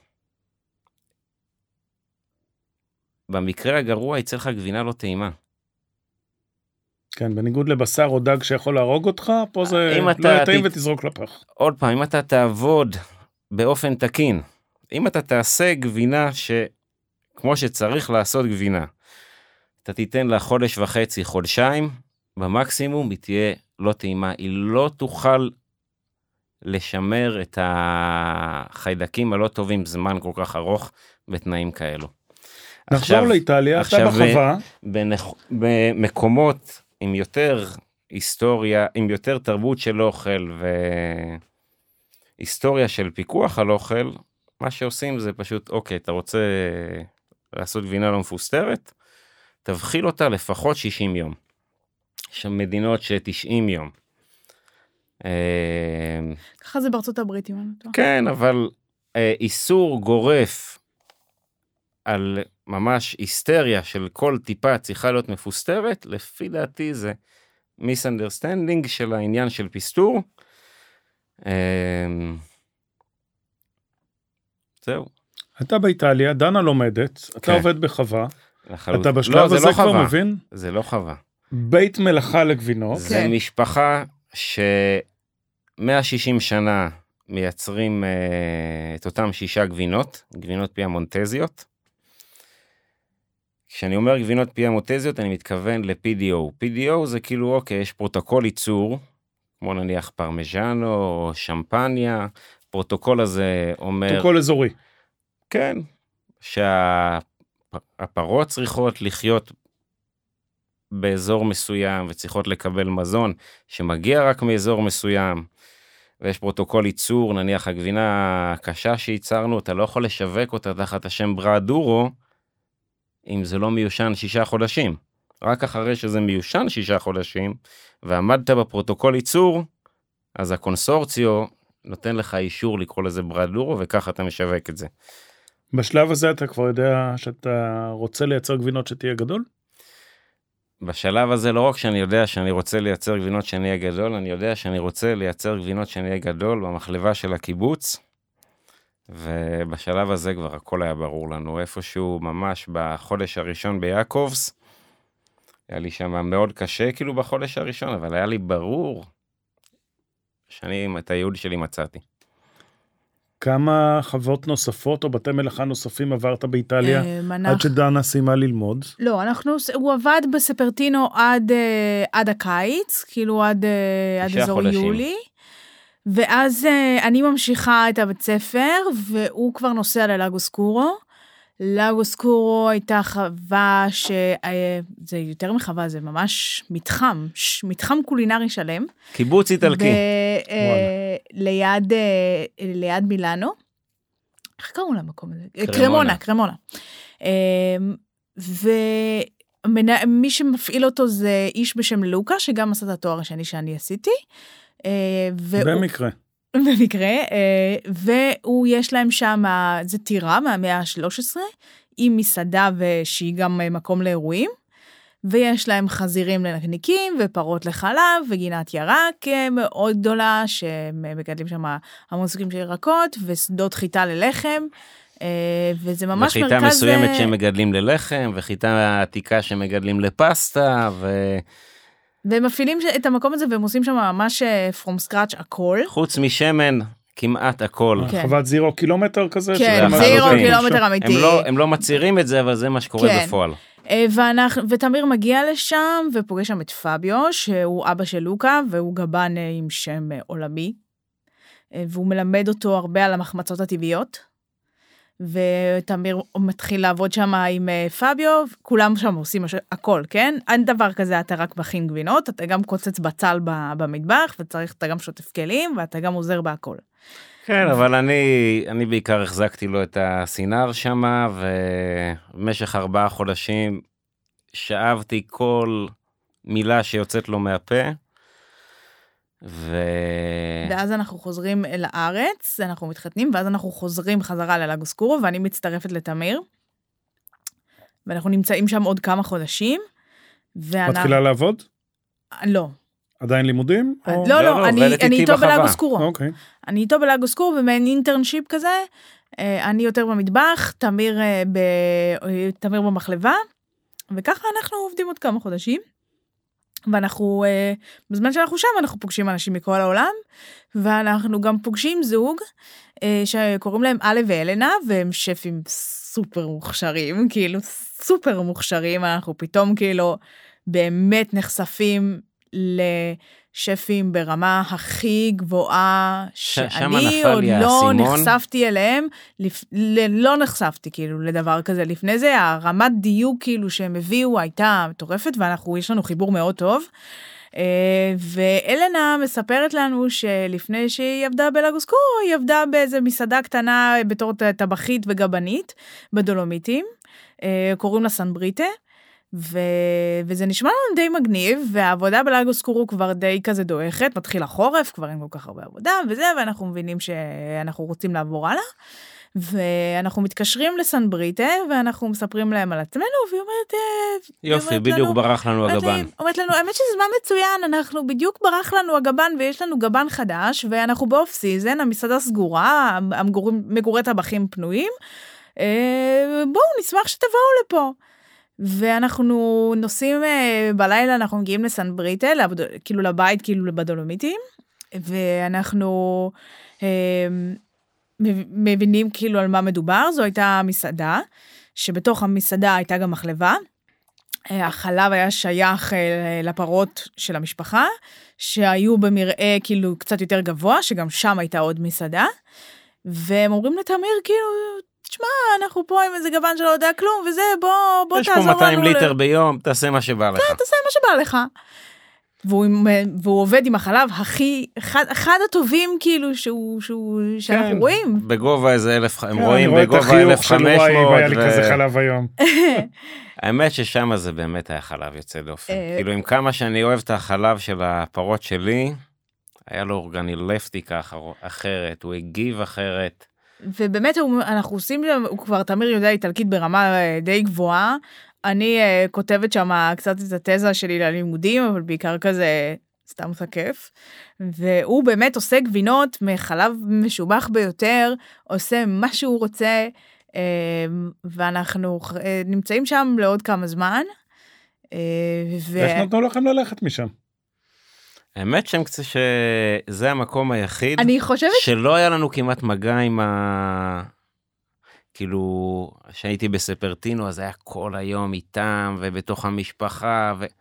במקרה הגרוע יצא לך גבינה לא טעימה. כן, בניגוד לבשר או דג שיכול להרוג אותך, פה זה לא יטעים ותזרוק לפח. עוד פעם, אם אתה תעבוד באופן תקין, אם אתה תעשה גבינה שכמו שצריך לעשות גבינה, אתה תיתן לה חודש וחצי, חודשיים, במקסימום היא תהיה לא טעימה, היא לא תוכל לשמר את החיידקים הלא טובים זמן כל כך ארוך בתנאים כאלו. נחזור עכשיו, לאיטליה, עכשיו אתה בחווה. בנח... במקומות עם יותר היסטוריה, עם יותר תרבות של אוכל והיסטוריה של פיקוח על אוכל, מה שעושים זה פשוט, אוקיי, אתה רוצה לעשות גבינה לא מפוסטרת, תבחיל אותה לפחות שישים יום. יש מדינות ש-תשעים יום. ככה זה בארצות הברית, אם אני לא טועה. כן, אבל איסור גורף על ממש היסטריה של כל טיפה צריכה להיות מפוסטרת, לפי דעתי זה misunderstanding של העניין של פסטור. זהו. אתה באיטליה, דנה לומדת, אתה כן. עובד בחווה, לחלוט... אתה בשלב לא, הזה לא כבר חווה. מבין? זה לא חווה. בית מלאכה לגבינות. זה כן. משפחה ש-מאה ושישים שנה מייצרים uh, את אותם שישה גבינות, גבינות פיאמונטזיות. כשאני אומר גבינות פיאמונטזיות, אני מתכוון ל-פי די או. פי די או זה כאילו, אוקיי, יש פרוטוקול ייצור, כמו נניח פרמיז'אנו או שמפניה, פרוטוקול הזה אומר... פרוטוקול אזורי. כן, שהפרות צריכות לחיות באזור מסוים, וצריכות לקבל מזון שמגיע רק מאזור מסוים, ויש פרוטוקול ייצור, נניח הגבינה הקשה שייצרנו, אתה לא יכול לשווק אותה תחת השם ברדורו, אם זה לא מיושן שישה חודשים. רק אחרי שזה מיושן שישה חודשים, ועמדת בפרוטוקול ייצור, אז הקונסורציו נותן לך אישור לקרוא לזה ברדורו, וככה אתה משווק את זה. בשלב הזה אתה כבר יודע שאתה רוצה לייצר גבינות שתהיה גדול? בשלב הזה לא רק שאני יודע שאני רוצה לייצר גבינות שאני אהיה גדול, אני יודע שאני רוצה לייצר גבינות שאני אהיה גדול במחלבה של הקיבוץ, ובשלב הזה כבר הכל היה ברור לנו, איפשהו ממש בחודש הראשון ביעקובס, היה לי שם מאוד קשה כאילו בחודש הראשון, אבל היה לי ברור שאני את הייעוד שלי מצאתי. כמה חוות נוספות או בתי מלאכה נוספים עברת באיטליה עד שדנה סיימה ללמוד? לא, אנחנו, הוא עבד בספרטינו עד, עד הקיץ, כאילו עד, עד אזור יולי, ואז אני ממשיכה את הבית ספר, והוא כבר נוסע ללאגוסקורו. לאגוסקורו הייתה חווה שזה יותר מחווה, זה ממש מתחם, מתחם קולינרי שלם. קיבוץ איטלקי. ליד, ליד מילאנו. איך קראו למקום הזה? קרמונה, קרמונה. ומי שמפעיל אותו זה איש בשם לוקה, שגם עשה את התואר השני שאני עשיתי. במקרה. במקרה, והוא יש להם שם, זה טירה מהמאה ה-שלוש עשרה, עם מסעדה ושהיא גם מקום לאירועים, ויש להם חזירים לנקניקים, ופרות לחלב, וגינת ירק מאוד גדולה, שמגדלים שם המון סוגים של ירקות, ושדות חיטה ללחם, וזה ממש מרכז... וחיטה מסוימת שמגדלים ללחם, וחיטה עתיקה שמגדלים לפסטה, ו... והם מפעילים את המקום הזה, והם עושים שם ממש from scratch הכל. חוץ משמן, כמעט הכל. חוות זירו קילומטר כזה? כן, זירו קילומטר אמיתי. הם לא מצהירים את זה, אבל זה מה שקורה בפועל. ואנחנו, ותמיר מגיע לשם ופוגש שם את פביו, שהוא אבא של לוקה, והוא גבן עם שם עולמי, והוא מלמד אותו הרבה על המחמצות הטבעיות, ותמיר מתחיל לעבוד שם עם פביו, כולם שם עושים הכל, כן? אין דבר כזה, אתה רק מכין גבינות, אתה גם קוצץ בצל במטבח, וצריך, אתה גם שוטף כלים, ואתה גם עוזר בהכל. כן, אבל אני, אני בעיקר החזקתי לו את הסינר שם, ובמשך ארבעה חודשים שאבתי כל מילה שיוצאת לו מהפה, ו... ואז אנחנו חוזרים אל הארץ, אנחנו מתחתנים, ואז אנחנו חוזרים חזרה ללגוסקורו, ואני מצטרפת לתמיר, ואנחנו נמצאים שם עוד כמה חודשים, ואנחנו... מתחילה לעבוד? לא. עדיין לימודים? לא, לא, לא, אני, אני איתו בלגוסקורו. אוקיי. אני איתו בלגוסקורו, במעין אינטרנשיפ כזה, אני יותר במטבח, תמיר, ב... תמיר במחלבה, וככה אנחנו עובדים עוד כמה חודשים. ואנחנו, בזמן שאנחנו שם, אנחנו פוגשים אנשים מכל העולם, ואנחנו גם פוגשים זוג, שקוראים להם אלה ואלנה, והם שפים סופר מוכשרים, כאילו סופר מוכשרים, אנחנו פתאום כאילו באמת נחשפים לשפים ברמה הכי גבוהה, שאני עוד לא נחשפתי אליהם, לא נחשפתי כאילו לדבר כזה לפני זה, הרמת דיוק כאילו שהם הביאו הייתה מטורפת, ואנחנו, יש לנו חיבור מאוד טוב, ואלנה מספרת לנו שלפני שהיא עבדה בלגוסקורו, היא עבדה באיזה מסעדה קטנה בתור טבחית וגבנית בדולומיטים, קוראים לה סן בריטה, ו... וזה נשמע לנו די מגניב, והעבודה בלגוסקורו כבר די כזה דועכת, מתחיל החורף, כבר אין כל כך הרבה עבודה, וזה, ואנחנו מבינים שאנחנו רוצים לעבור הלאה, ואנחנו מתקשרים לסן בריטה, ואנחנו מספרים להם על עצמנו, והיא אומרת... יופי, בדיוק לנו, ברח לנו הגבן. אומרת לנו, האמת שזה זמן מצוין, אנחנו בדיוק ברח לנו הגבן, ויש לנו גבן חדש, ואנחנו באוף סיזן, המסעדה סגורה, המגורי טבחים פנויים, בואו, נשמח שתבואו לפה. ואנחנו נוסעים בלילה, אנחנו מגיעים לסן בריטה, כאילו לבית, כאילו בדולומיטים, ואנחנו מבינים כאילו על מה מדובר. זו הייתה מסעדה, שבתוך המסעדה הייתה גם מחלבה, החלב היה שייך לפרות של המשפחה, שהיו במראה כאילו קצת יותר גבוה, שגם שם הייתה עוד מסעדה, והם אומרים לתמיר כאילו, תשמע, אנחנו פה עם איזה גבן שלא יודע כלום, וזה, בוא, בוא תעזור לנו. יש פה מאתיים ליטר ביום, תעשה מה שבא לך. כן, תעשה מה שבא לך. והוא, והוא עובד עם החלב הכי, אחד, אחד הטובים כאילו, שהוא, שהוא, שאנחנו כן. רואים. בגובה איזה אלף, הם כן, רואים בגובה אלף וחמש מאות. היה לי כזה חלב היום. האמת ששם זה באמת היה חלב יוצא דופן. כאילו, עם כמה שאני אוהב את החלב של הפרות שלי, היה לו אורגנילפטיקה אחרת, הוא הגיב אחרת. ובאמת אנחנו עושים, הוא כבר תמיר יודע איטלקית ברמה די גבוהה, אני uh, כותבת שם קצת את התזה שלי ללימודים, אבל בעיקר כזה סתם מסקף, והוא באמת עושה גבינות מחלב משובח ביותר, עושה מה שהוא רוצה, uh, ואנחנו uh, נמצאים שם לעוד כמה זמן. Uh, ו... איך נתנו לכם ללכת משם? האמת שם קצת שזה המקום היחיד, אני חושבת... שלא היה לנו כמעט מגע עם ה... כאילו, שהייתי בספרטינו, אז היה כל היום איתם, ובתוך המשפחה, ו...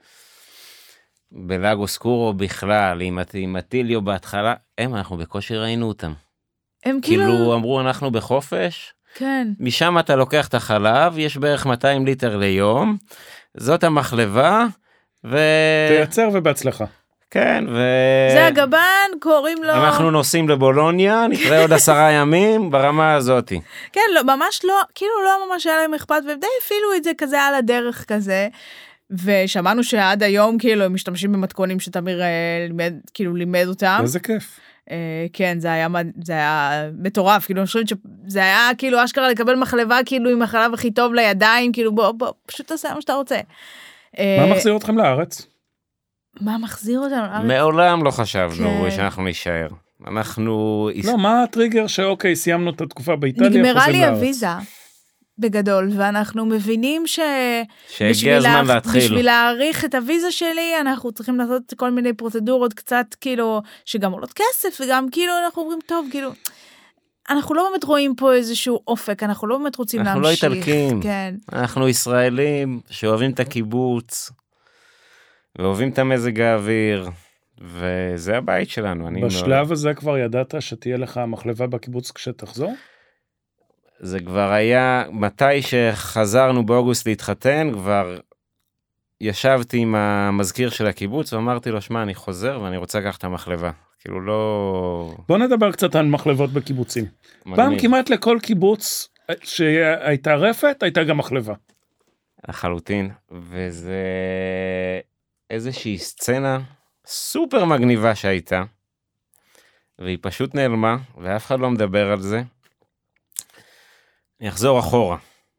בלגוסקורו בכלל, עם, עם הטיליו בהתחלה, הם, אנחנו בקושי ראינו אותם. הם כאילו... כאילו, אמרו, אנחנו בחופש, כן. משם אתה לוקח את החלב, יש בערך מאתיים ליטר ליום, זאת המחלבה, ו... תייצר ובהצלחה. כן, ו... זה הגבן, קוראים לו... אנחנו נוסעים לבולוניה, נקרא עוד עשרה ימים, ברמה הזאת. כן, לא, ממש לא, כאילו לא ממש היה להם אכפת, ודי אפילו את זה כזה על הדרך כזה, ושמענו שעד היום כאילו הם משתמשים במתכונים שתמיר לימד, כאילו לימד אותם. איזה כיף. כן, זה היה, זה היה מטורף, כאילו אני חושבת שזה היה כאילו אשכרה לקבל מחלבה כאילו עם החלב הכי טוב לידיים, כאילו בוא, בוא, פשוט תעשה מה שאתה רוצה. מה מחזיר אתכם לארץ? מה מחזיר אותנו? מעולם לא חשבנו שאנחנו נשאר. אנחנו... לא, מה הטריגר שאוקיי, סיימנו את התקופה באיטליה, נגמרה לי הוויזה, בגדול, ואנחנו מבינים ש... שהגיע הזמן להתחיל. בשביל להעריך את הוויזה שלי, אנחנו צריכים לעשות כל מיני פרוצדורות קצת, כאילו, שגם עולות כסף, וגם כאילו אנחנו אומרים, טוב, כאילו, אנחנו לא באמת רואים פה איזשהו אופק, אנחנו לא באמת רוצים אנחנו להמשיך. לא איטלקים, כן. אנחנו ישראלים שאוהבים את הקיבוץ, ואוהבים את המזג האוויר, וזה הבית שלנו. אני בשלב מאוד... הזה כבר ידעת שתהיה לך מחלבה בקיבוץ כשתחזור? זה כבר היה, מתי שחזרנו באוגוסט להתחתן, כבר ישבתי עם המזכיר של הקיבוץ, ואמרתי לו, שמה, אני חוזר ואני רוצה לקחת את המחלבה. כאילו לא... בוא נדבר קצת על מחלבות בקיבוצים. מגניב. פעם כמעט לכל קיבוץ שהייתה רפת, הייתה גם מחלבה. לחלוטין, וזה איזושהי סצנה סופר מגניבה שהייתה, והיא פשוט נעלמה, ואף אחד לא מדבר על זה. אני אחזור אחורה.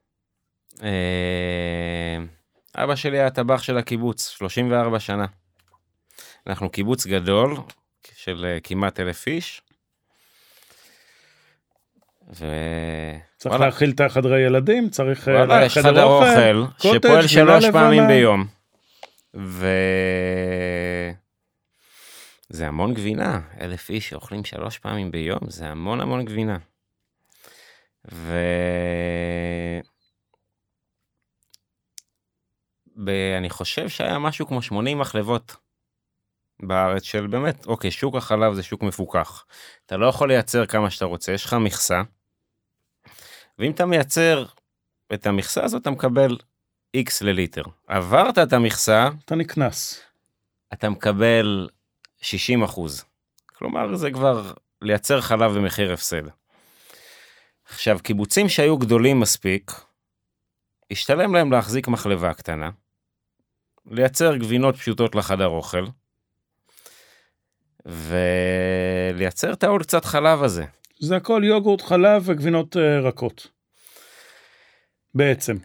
אבא שלי היה טבח של הקיבוץ, שלושים וארבע שנה. אנחנו קיבוץ גדול, של כמעט אלף איש. ו... צריך להכיל את החדרי ילדים, צריך וואלה, יש חדר אוכל, שפועל שלוש פעמים ביום. ו... זה המון גבינה, אלף איש שאוכלים שלוש פעמים ביום, זה המון המון גבינה. ו... אני חושב שהיה משהו כמו שמונים מחלבות בארץ של באמת, אוקיי, שוק החלב זה שוק מפוקח. אתה לא יכול לייצר כמה שאתה רוצה, יש לך מכסה, ואם אתה מייצר את המכסה הזאת, אתה מקבל X לליטר. עברת את המכסה, אתה נקנס. אתה מקבל שישים אחוז. כלומר, זה כבר לייצר חלב במחיר הפסד. עכשיו, קיבוצים שהיו גדולים מספיק, השתלם להם להחזיק מחלבה קטנה, לייצר גבינות פשוטות לחדר אוכל, ולייצר את העוד קצת חלב הזה. זה הכל יוגורט, חלב וגבינות רכות. בעצם.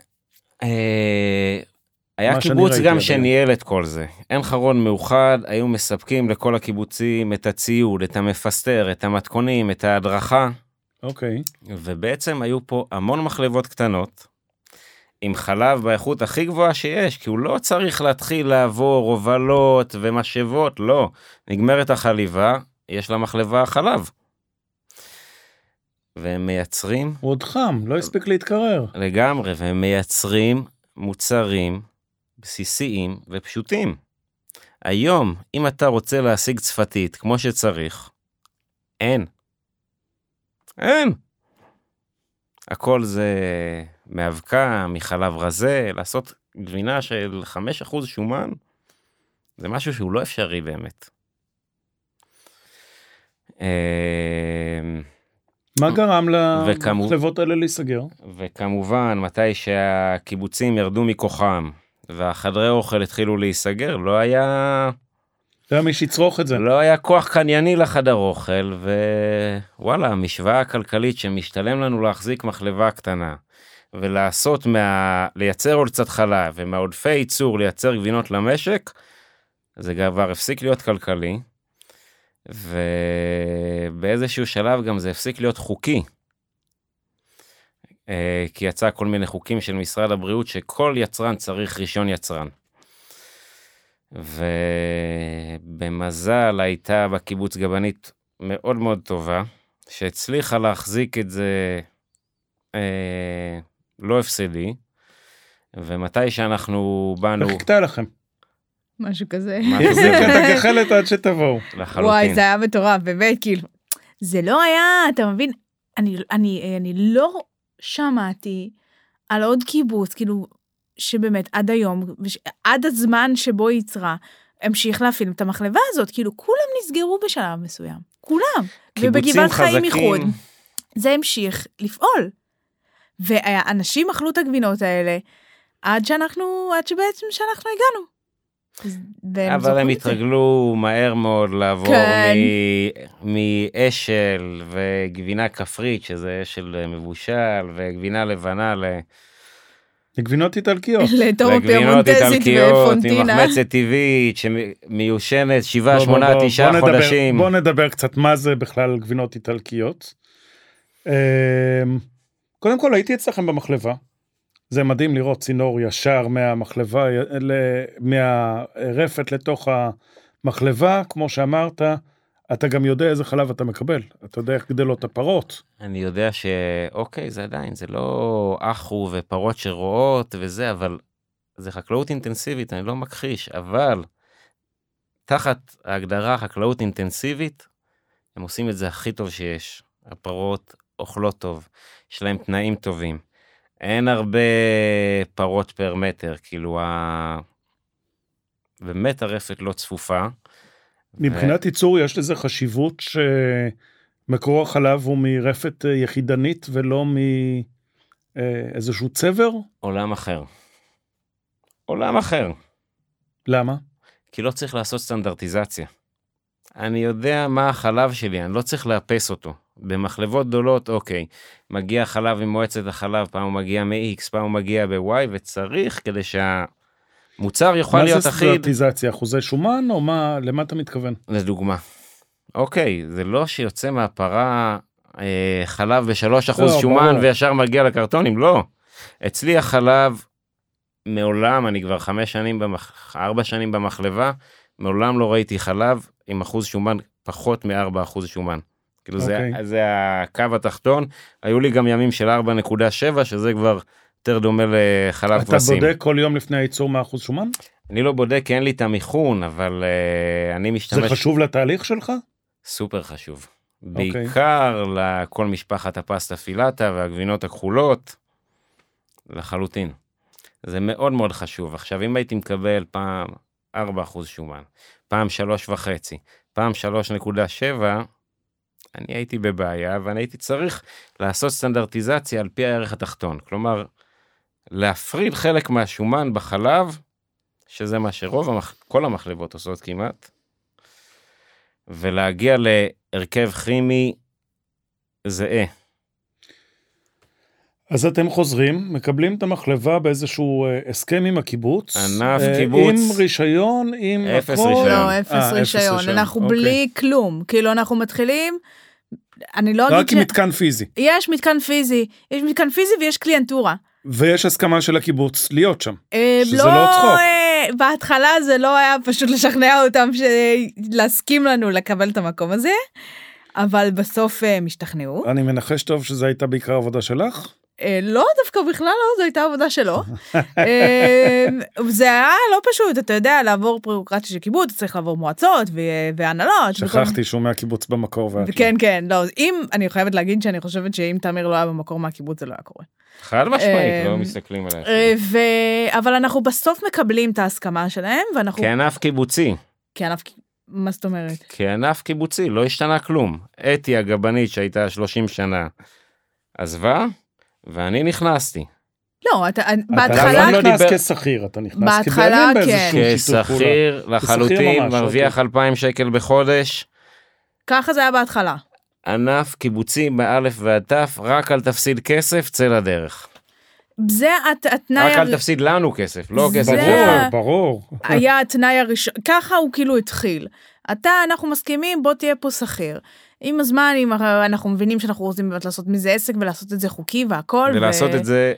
היה קיבוץ גם שניהל את כל זה. אין חרון מאוחד, היו מספקים לכל הקיבוצים את הציוד, את המפסטר, את המתכונים, את ההדרכה. אוקיי. ובעצם היו פה המון מחלבות קטנות, עם חלב באיכות הכי גבוהה שיש, כי הוא לא צריך להתחיל לעבור הובלות ומשאבות, לא. נגמרת החליבה, יש לה מחלבה חלב. והם מייצרים... הוא עוד חם, לא הספיק להתקרר. לגמרי, והם מייצרים מוצרים בסיסיים ופשוטים. היום, אם אתה רוצה להשיג צפתית כמו שצריך, אין. אין. הכל זה מאבקה, מחלב רזה, לעשות גבינה של חמישה אחוז שומן, זה משהו שהוא לא אפשרי באמת. מה גרם למחלבות האלה להיסגר? וכמובן, מתי שהקיבוצים ירדו מכוחם, והחדרי אוכל התחילו להיסגר, לא היה... לא היה מי שיצרוך את זה. לא היה כוח קנייני לחדר אוכל, ווואלה, המשוואה הכלכלית שמשתלם לנו להחזיק מחלבה קטנה, ולעשות מה... לייצר עוד קצת חלב, ומהעודפי ייצור לייצר גבינות למשק, זה כבר הפסיק להיות כלכלי, ובאיזשהו שלב גם זה הפסיק להיות חוקי, כי יצא כל מיני חוקים של משרד הבריאות, שכל יצרן צריך רישיון יצרן. ובמזל הייתה בקיבוץ גבנית מאוד מאוד טובה, שהצליחה להחזיק את זה אה, לא הפסדי, ומתי שאנחנו באנו... חיכתה לכם. משהו כזה. זה כתה גחלת עד שתבואו. לחלוטין. וואי, זה היה מטורף, באמת, כאילו, זה לא היה, אתה מבין, אני, אני, אני לא שמעתי על עוד קיבוץ, כאילו, שבאמת עד היום, עד הזמן שבו היא יצרה, המשיך להפעיל את המחלבה הזאת, כאילו כולם נסגרו בשלב מסוים, כולם, ובגבעת חיים איחוד, זה המשיך לפעול, ואנשים אכלו את הגבינות האלה, עד שאנחנו, עד שבעצם שאנחנו הגענו. אבל הם התרגלו מהר מאוד לעבור מאשל וגבינה כפרית, שזה אשל מבושל, וגבינה לבנה ל... לגבינות איטלקיות. לתור פירמונטזית ופונטינה. עם מחמצת טבעית שמיושנת שבעה, שמונה, תשעה חודשים. בוא נדבר קצת מה זה בכלל גבינות איטלקיות. קודם כל הייתי אצלכם במחלבה. זה מדהים לראות צינור ישר מהמחלבה, מהרפת לתוך המחלבה, כמו שאמרת, אתה גם יודע איזה חלב אתה מקבל, אתה יודע איך גדלות הפרות. אני יודע שאוקיי, זה עדיין, זה לא אחו ופרות שרואות וזה, אבל זה חקלאות אינטנסיבית, אני לא מכחיש, אבל תחת ההגדרה חקלאות אינטנסיבית, הם עושים את זה הכי טוב שיש. הפרות אוכלות טוב, יש להם תנאים טובים. אין הרבה פרות פר מטר, כאילו ה... באמת הרפת לא צפופה. מבחינת ו... ייצור יש לזה חשיבות שמקור החלב הוא מרפת יחידנית ולא מאיזשהו צבר? עולם אחר. עולם אחר. למה? כי לא צריך לעשות סטנדרטיזציה. אני יודע מה החלב שלי, אני לא צריך לאפס אותו. במחלבות גדולות, אוקיי, מגיע חלב עם מועצת החלב, פעם הוא מגיע מ-X, פעם הוא מגיע ב-Y, וצריך כדי שהמוצר יוכל להיות אחיד. מה זה סטנדרטיזציה? אחוזי שומן, או מה, למה אתה מתכוון? לדוגמה. אוקיי, זה לא שיוצא מהפרה אה, חלב ב-שלושה אחוז לא, שומן, ברור. וישר מגיע לקרטונים, לא. אצלי החלב, מעולם, אני כבר חמש שנים, במח... ארבע שנים במחלבה, מעולם לא ראיתי חלב עם אחוז שומן פחות מ-ארבעה אחוז שומן. כאילו okay. זה, זה הקו התחתון, היו לי גם ימים של ארבע נקודה שבע, שזה כבר יותר דומה לחלב כבשים. אתה בודק כל יום לפני הייצור מה אחוז שומן? אני לא בודק, כי אין לי את המיכון, אבל uh, אני משתמש... זה חשוב לתהליך שלך? סופר חשוב. Okay. בעיקר לכל משפחת הפסטה פילטה והגבינות הכחולות, לחלוטין. זה מאוד מאוד חשוב. עכשיו, אם הייתי מקבל פעם ארבעה אחוז שומן, פעם שלוש וחצי, פעם שלוש נקודה שבע, אני הייתי בבעיה, ואני הייתי צריך לעשות סטנדרטיזציה על פי הערך התחתון. כלומר, להפריד חלק מהשומן בחלב, שזה מה שרוב, המח... כל המחלבות עושות כמעט, ולהגיע להרכב כימי זהה. אז אתם חוזרים, מקבלים את המחלבה באיזשהו הסכם עם הקיבוץ. ענף קיבוץ. עם רישיון, עם אפס הכל. רישיון. לא, אפס אה, רישיון. רישיון. אנחנו אוקיי. בלי כלום. כאילו אנחנו מתחילים, אני לא אגיד רק ש... עם מתקן פיזי. יש מתקן פיזי, יש מתקן פיזי ויש קליינטורה. ויש הסכמה של הקיבוץ להיות שם. אה, שזה לא, לא צחוק. אה, בהתחלה זה לא היה פשוט לשכנע אותם ש... להסכים לנו לקבל את המקום הזה, אבל בסוף אה, משתכנעו. אני מנחש טוב שזה הייתה בעיקר עבודה שלך? אה, לא, דווקא בכלל לא, זו הייתה עבודה שלו. אה, זה היה לא פשוט, אתה יודע, לעבור פרוקרטיה של קיבוץ, צריך לעבור מועצות ו- והנהלות. שכחתי וכל... שהוא מהקיבוץ במקור. כן, כן, לא, אם, אני חייבת להגיד שאני חושבת שאם תמיר לא היה במקור מהקיבוץ, זה לא היה קורה. חד משמעית, לא מסתכלים עליה. ו... אבל אנחנו בסוף מקבלים את ההסכמה שלהם, ואנחנו... כענף קיבוצי. כענף, מה זאת אומרת? כענף קיבוצי, לא השתנה כלום. אתי הגבנית שהייתה שלושים שנה, עזבה, ואני נכנסתי. לא, אתה, אתה בהתחלה... לא נכנס כשכיר, אתה נכנס בהתחלה, כבעלים כן. באיזשהו שיתוף פעולה. כשכיר, לחלוטין, ממש, מרוויח אלפיים שקל בחודש. ככה זה היה בהתחלה. ענף קיבוצי מאלף ועד תף, רק אל תפסיד כסף, צא לדרך. זה התנאי... רק אל תפסיד לנו כסף, לא כסף. ברור, ברור. היה התנאי הראשון, ככה הוא כאילו התחיל. אתה, אנחנו מסכימים, בוא תהיה פה שכיר. עם הזמן, אם אנחנו מבינים שאנחנו רוצים באמת לעשות מזה עסק, ולעשות את זה חוקי והכל. ולעשות ו... את זה,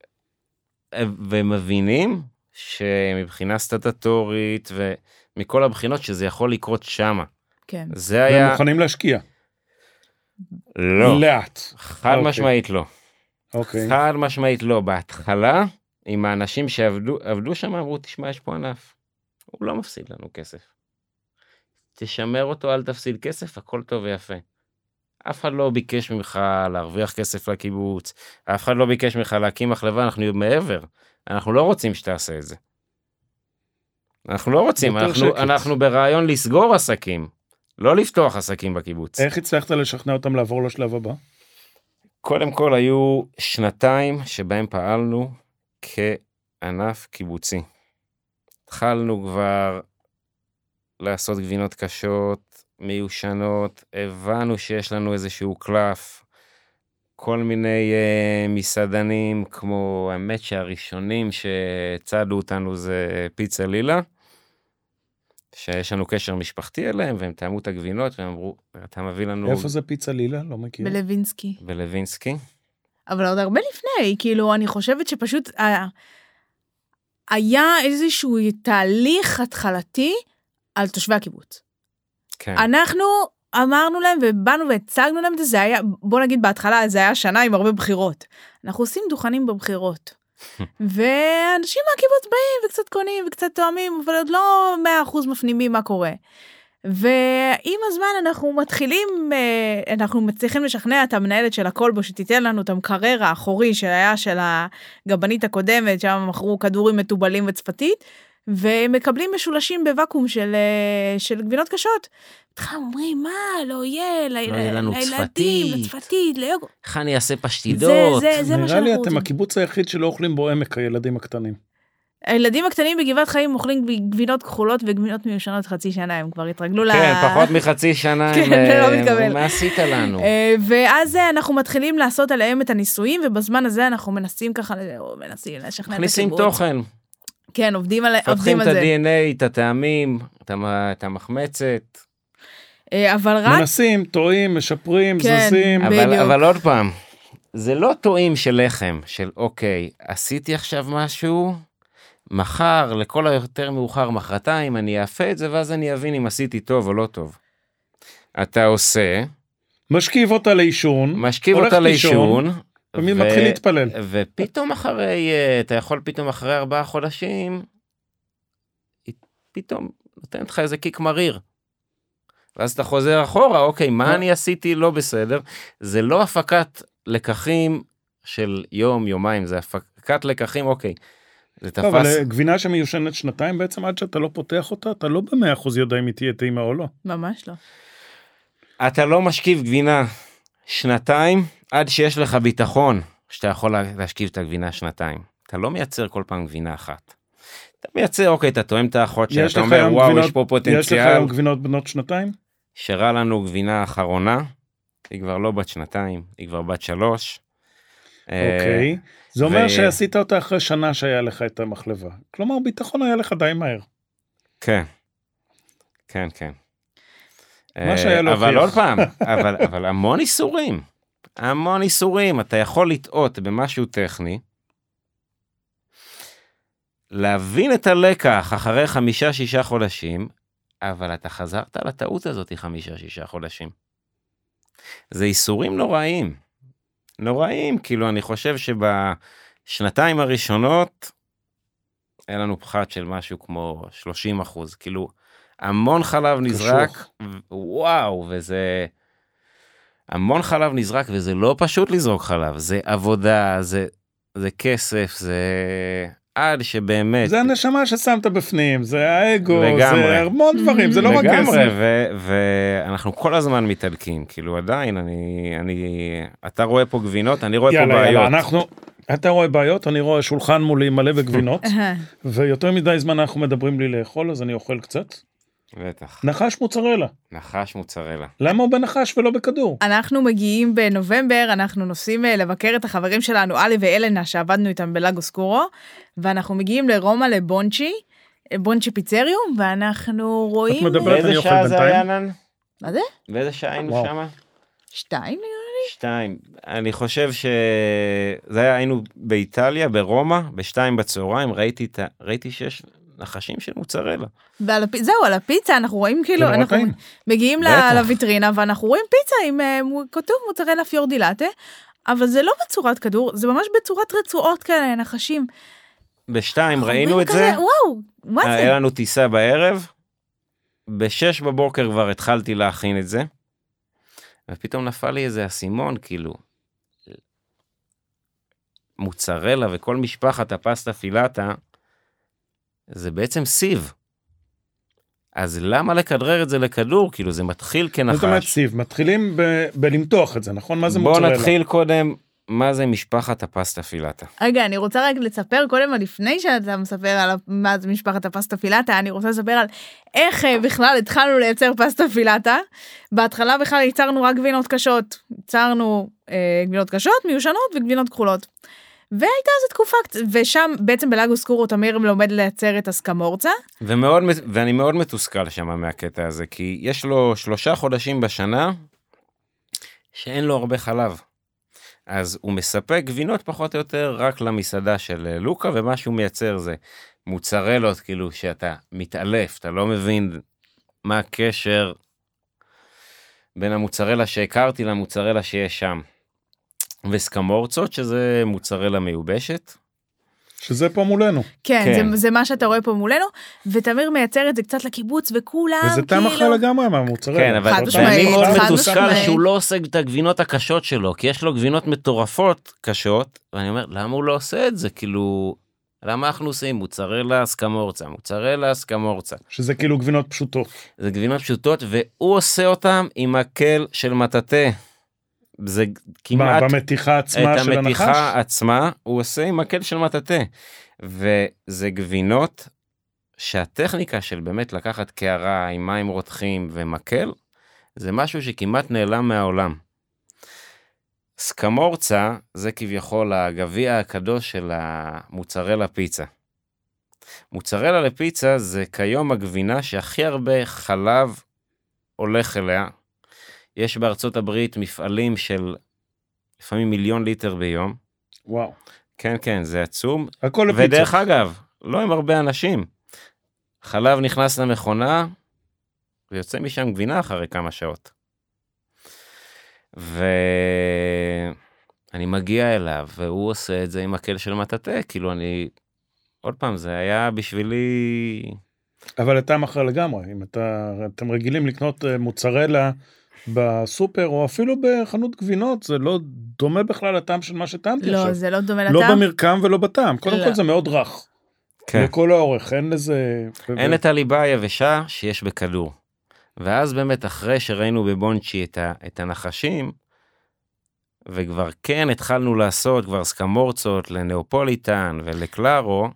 ומבינים שמבחינה סטטטורית, ומכל הבחינות שזה יכול לקרות שמה. כן. זה היה... והם מוכנים להשקיע. לא. לאט. חד אוקיי. משמעית לא. אוקיי. חד משמעית לא. בהתחלה, עם האנשים שעבדו עבדו שם, אמרו, תשמע, יש פה ענף. הוא לא מפסיד לנו כסף. תשמר אותו, אל תפסיד כסף, הכל טוב ויפה. אף אחד לא ביקש ממך להרוויח כסף לקיבוץ, אף אחד לא ביקש ממך להקים מחלבה, אנחנו מעבר. אנחנו לא רוצים שתעשה את זה. אנחנו לא רוצים, אנחנו, אנחנו ברעיון לסגור עסקים, לא לפתוח עסקים בקיבוץ. איך הצלחת לשכנע אותם לעבור לשלב הבא? קודם כל היו שנתיים שבהם פעלנו כענף קיבוצי. התחלנו כבר לעשות גבינות קשות, מיושנות, הבנו שיש לנו איזשהו קלף, כל מיני uh, מסעדנים, כמו האמת שהראשונים שצדו אותנו זה פיצה לילה, שיש לנו קשר משפחתי אליהם, והם טעמו את הגבינות, והם אמרו, אתה מביא לנו... איפה זה פיצה לילה? לא מכיר. בלווינסקי. בלווינסקי. אבל עוד הרבה לפני, כאילו, אני חושבת שפשוט היה איזשהו תהליך התחלתי על תושבי הקיבוץ. כן. אנחנו אמרנו להם ובאנו והצגנו להם את זה, זה היה, בוא נגיד בהתחלה, זה היה שנה עם הרבה בחירות. אנחנו עושים דוכנים בבחירות. ואנשים מהקיבוץ באים וקצת קונים וקצת תואמים, אבל עוד לא מאה אחוז מפנימים מה קורה. ועם הזמן אנחנו מתחילים, אנחנו מצליחים לשכנע את המנהלת של הקולבו, שתיתן לנו את המקרר האחורי שהיה של הגבנית הקודמת, שם מכרו כדורים מטובלים וצפתית, ומקבלים משולשים בוואקום של, של גבינות קשות. אתכם אומרים, מה, לא יהיה, לא יהיה לנו לילדים, לצפתית, ליוגו. איך אני אעשה פשטידות? זה, זה, זה מה שאנחנו רוצים. נראה לי אתם הקיבוץ היחיד שלא אוכלים בו עמק, הילדים הקטנים. הילדים הקטנים בגבעת חיים אוכלים גבינות כחולות וגבינות מיושנות חצי שנה, הם כבר התרגלו ל... כן, פחות מחצי שנה, כן, זה לא מתקבל. מה עשית לנו? ואז אנחנו מתחילים לעשות עליהם את הניסויים, ובזמן הזה אנחנו מנסים ככה, מנסים לשכנע את מכניסים תוכן. כן, עובדים על זה. פותחים את ה-די אן איי, את הטעמים, את המחמצת. אבל רק... מנסים, טועים, משפרים, כן, זזים. בדיוק. אבל עוד פעם, זה לא טועים של לחם, של אוקיי, עשיתי עכשיו משהו, מחר, לכל היותר מאוחר, מחרתיים, אני אעפה את זה, ואז אני אבין אם עשיתי טוב או לא טוב. אתה עושה... משכיב אותה לאישון. משכיב אותה לאישון. ומי מתחיל להתפלל. ופתאום אחרי, אתה יכול פתאום אחרי ארבעה חודשים, פתאום נותנת לך איזה קיק מריר. ואז אתה חוזר אחורה, אוקיי, מה אני עשיתי לא בסדר? זה לא הפקת לקחים של יום, יומיים, זה הפקת לקחים, אוקיי. זה תפס... אבל גבינה שמיושנת שנתיים בעצם, עד שאתה לא פותח אותה, אתה לא במאה אחוז יודע אם היא תהיה טעימה או לא. ממש לא. אתה לא משכיב גבינה שנתיים, עד שיש לך ביטחון, שאתה יכול להשכיב את הגבינה שנתיים. אתה לא מייצר כל פעם גבינה אחת. אתה מייצר, אוקיי, אתה תואם את האחות שלה, אתה אומר, וואו, גבינות, יש פה פוטנציאל. יש לך היום גבינות בנות שנתיים? שרה לנו גבינה האחרונה, היא כבר לא בת שנתיים, היא כבר בת שלוש. אוקיי, זה אומר ו... שעשית אותה אחרי שנה שהיה לך את המחלבה. כלומר, ביטחון היה לך די מהר. כן, כן, כן. מה שהיה לו אבל עוד פעם, אבל, אבל המון איסורים, המון איסורים, אתה יכול לטעות במשהו טכני, להבין את הלקח אחרי חמישה, שישה חודשים, אבל אתה חזרת לטעות הזאת חמישה, שישה חודשים. זה איסורים נוראים, נוראים, כאילו אני חושב שבשנתיים הראשונות, היה לנו פחת של משהו כמו שלושים אחוז, כאילו, המון חלב נזרק, וואו, וזה, המון חלב נזרק, וזה לא פשוט לזרוק חלב, זה עבודה, זה, זה כסף, זה עד שבאמת... זה הנשמה ששמת בפנים, זה האגו, זה המון דברים, זה לא רק כסף. לגמרי, ואנחנו כל הזמן מתעדקים, כאילו עדיין, אני, אני, אתה רואה פה גבינות, אני רואה פה בעיות. יאללה, אנחנו... אתה רואה בעיות, אני רואה שולחן מולי מלא בגבינות, ויותר מדי זמן אנחנו מדברים לי לאכול, אז אני אוכל קצת. בטח. נחש מוצרלה. נחש מוצרלה. למה הוא בנחש ולא בכדור? אנחנו מגיעים בנובמבר, אנחנו נוסעים לבקר את החברים שלנו, אלי ואלנה, שעבדנו איתם בלאגו סקורו, ואנחנו מגיעים לרומא לבונצ'י, בונצ'י פיצריום, ואנחנו רואים... את מדברת, אני אוכל בינתיים. באיזה שעה זה היה, נן? מה זה? באיזה שעה היינו שמה? שתיים נראה לי? שתיים. אני חושב שזה היה, היינו באיטליה, ברומא, בשתיים בצהריים, ראיתי, ראיתי שיש נחשים של מוצרלה. זהו, על הפיצה אנחנו רואים כאילו, אנחנו מגיעים לויטרינה, ואנחנו רואים פיצה עם כתוב מוצרלה פיורדילטה, אבל זה לא בצורת כדור, זה ממש בצורת רצועות כאלה, נחשים. בשתיים ראינו את זה. וואו, מה זה? היה לנו טיסה בערב, בשש בבוקר כבר התחלתי להכין את זה, ופתאום נפל לי איזה אסימון, כאילו, מוצרלה וכל משפחת הפסטה פילטה, זה בעצם סיב. אז למה לכדרר את זה לכדור? כאילו זה מתחיל כנחש. זאת אומרת סיב, מתחילים ב- בלמתוח את זה, נכון? מה זה מוצרלה? בוא נתחיל קודם, מה זה משפחת הפסטה פילטה. רגע, אני רוצה רק לספר קודם, לפני שאתה מספר על מה זה משפחת הפסטה פילטה, אני רוצה לספר על איך בכלל התחלנו לייצר פסטה פילטה. בהתחלה בכלל ייצרנו רק גבינות קשות. ייצרנו אה, גבינות קשות, מיושנות וגבינות כחולות. והייתה איזו תקופה, ושם בעצם בלאגו סקורו תמיר לומד לייצר את הסקמורצה. ומאוד, ואני מאוד מתוסכל שם מהקטע הזה, כי יש לו שלושה חודשים בשנה, שאין לו הרבה חלב. אז הוא מספק גבינות פחות או יותר רק למסעדה של לוקה, ומה שהוא מייצר זה מוצרלות, כאילו שאתה מתעלף, אתה לא מבין מה הקשר בין המוצרלה שהכרתי למוצרלה שיש שם. וסקמורצות, שזה מוצרלה מיובשת. שזה פה מולנו. כן, כן. זה, זה מה שאתה רואה פה מולנו, ותמיר מייצר את זה קצת לקיבוץ, וכולם וזה כאילו... וזה טעם אחר לגמרי מהמוצרלה. כן, אבל אני מאוד מתוסכל שהוא לא עושה את הגבינות הקשות שלו, כי יש לו גבינות מטורפות קשות, ואני אומר, למה הוא לא עושה את זה? כאילו, למה אנחנו עושים מוצרלה, סקמורצה, מוצרלה, סקמורצה. שזה כאילו גבינות פשוטות. זה גבינות פשוטות, והוא עושה אותם עם מקל של מטאטה. זה כמעט... מה, במתיחה עצמה של הנחש? את המתיחה עצמה, הוא עושה עם מקל של מטאטה. וזה גבינות שהטכניקה של באמת לקחת קערה עם מים רותחים ומקל, זה משהו שכמעט נעלם מהעולם. סקמורצה זה כביכול הגביע הקדוש של המוצרלה פיצה. מוצרלה לפיצה זה כיום הגבינה שהכי הרבה חלב הולך אליה. יש בארצות הברית מפעלים של לפעמים מיליון ליטר ביום. וואו. כן, כן, זה עצום. הכל לפיצה. ודרך אגב, לא עם הרבה אנשים. חלב נכנס למכונה, ויוצא משם גבינה אחרי כמה שעות. ואני מגיע אליו, והוא עושה את זה עם מקל של מטאטה, כאילו אני, עוד פעם, זה היה בשבילי... אבל אתה אחר לגמרי, אם אתה, אתם רגילים לקנות מוצרלה בסופר, או אפילו בחנות גבינות, זה לא דומה בכלל לטעם של מה שטעמתי לא, עכשיו. לא, זה לא דומה לטעם. לא במרקם ולא בטעם, קודם לא. כל זה מאוד רך. כן. לכל האורך, אין לזה... אין את הליבה היבשה שיש בכדור. ואז באמת אחרי שראינו בבונצ'י את, ה, את הנחשים, וכבר כן התחלנו לעשות כבר סקמורצות לנאופוליטן ולקלארו,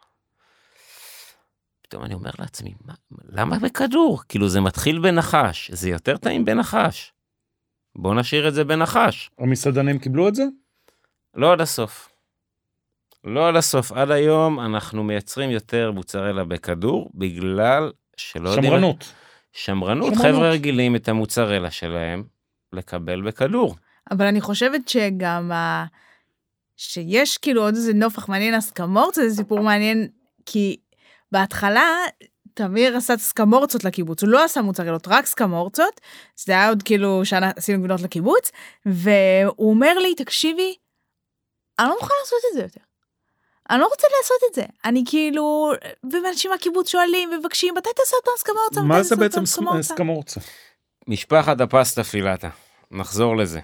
פתאום אני אומר לעצמי, מה, למה בכדור? כאילו זה מתחיל בנחש, זה יותר טעים בנחש. בוא נשאיר את זה בנחש. המסעדנים קיבלו את זה? לא עד הסוף. לא עד הסוף. עד היום אנחנו מייצרים יותר מוצרלה בכדור, בגלל שלא יודעים... שמרנות. שמרנות. חבר'ה רגילים את המוצרלה שלהם לקבל בכדור. אבל אני חושבת שגם ה... שיש כאילו עוד איזה נופח מעניין, הסקמורצה, זה סיפור מעניין, כי בהתחלה תמיר עשה סקמורצות לקיבוץ, הוא לא עשה מוצרלות, רק סקמורצות, זה היה עוד כאילו שעשינו גבינות לקיבוץ, והוא אומר לי, תקשיבי, אני לא מוכן לעשות את זה יותר. אני לא רוצה לעשות את זה. אני כאילו, ואנשים מהקיבוץ שואלים ומבקשים, מתי תעשה אותם סקמורצה? מה זה בעצם סקמורצה? משפחת הפסטה פילטה. נחזור לזה.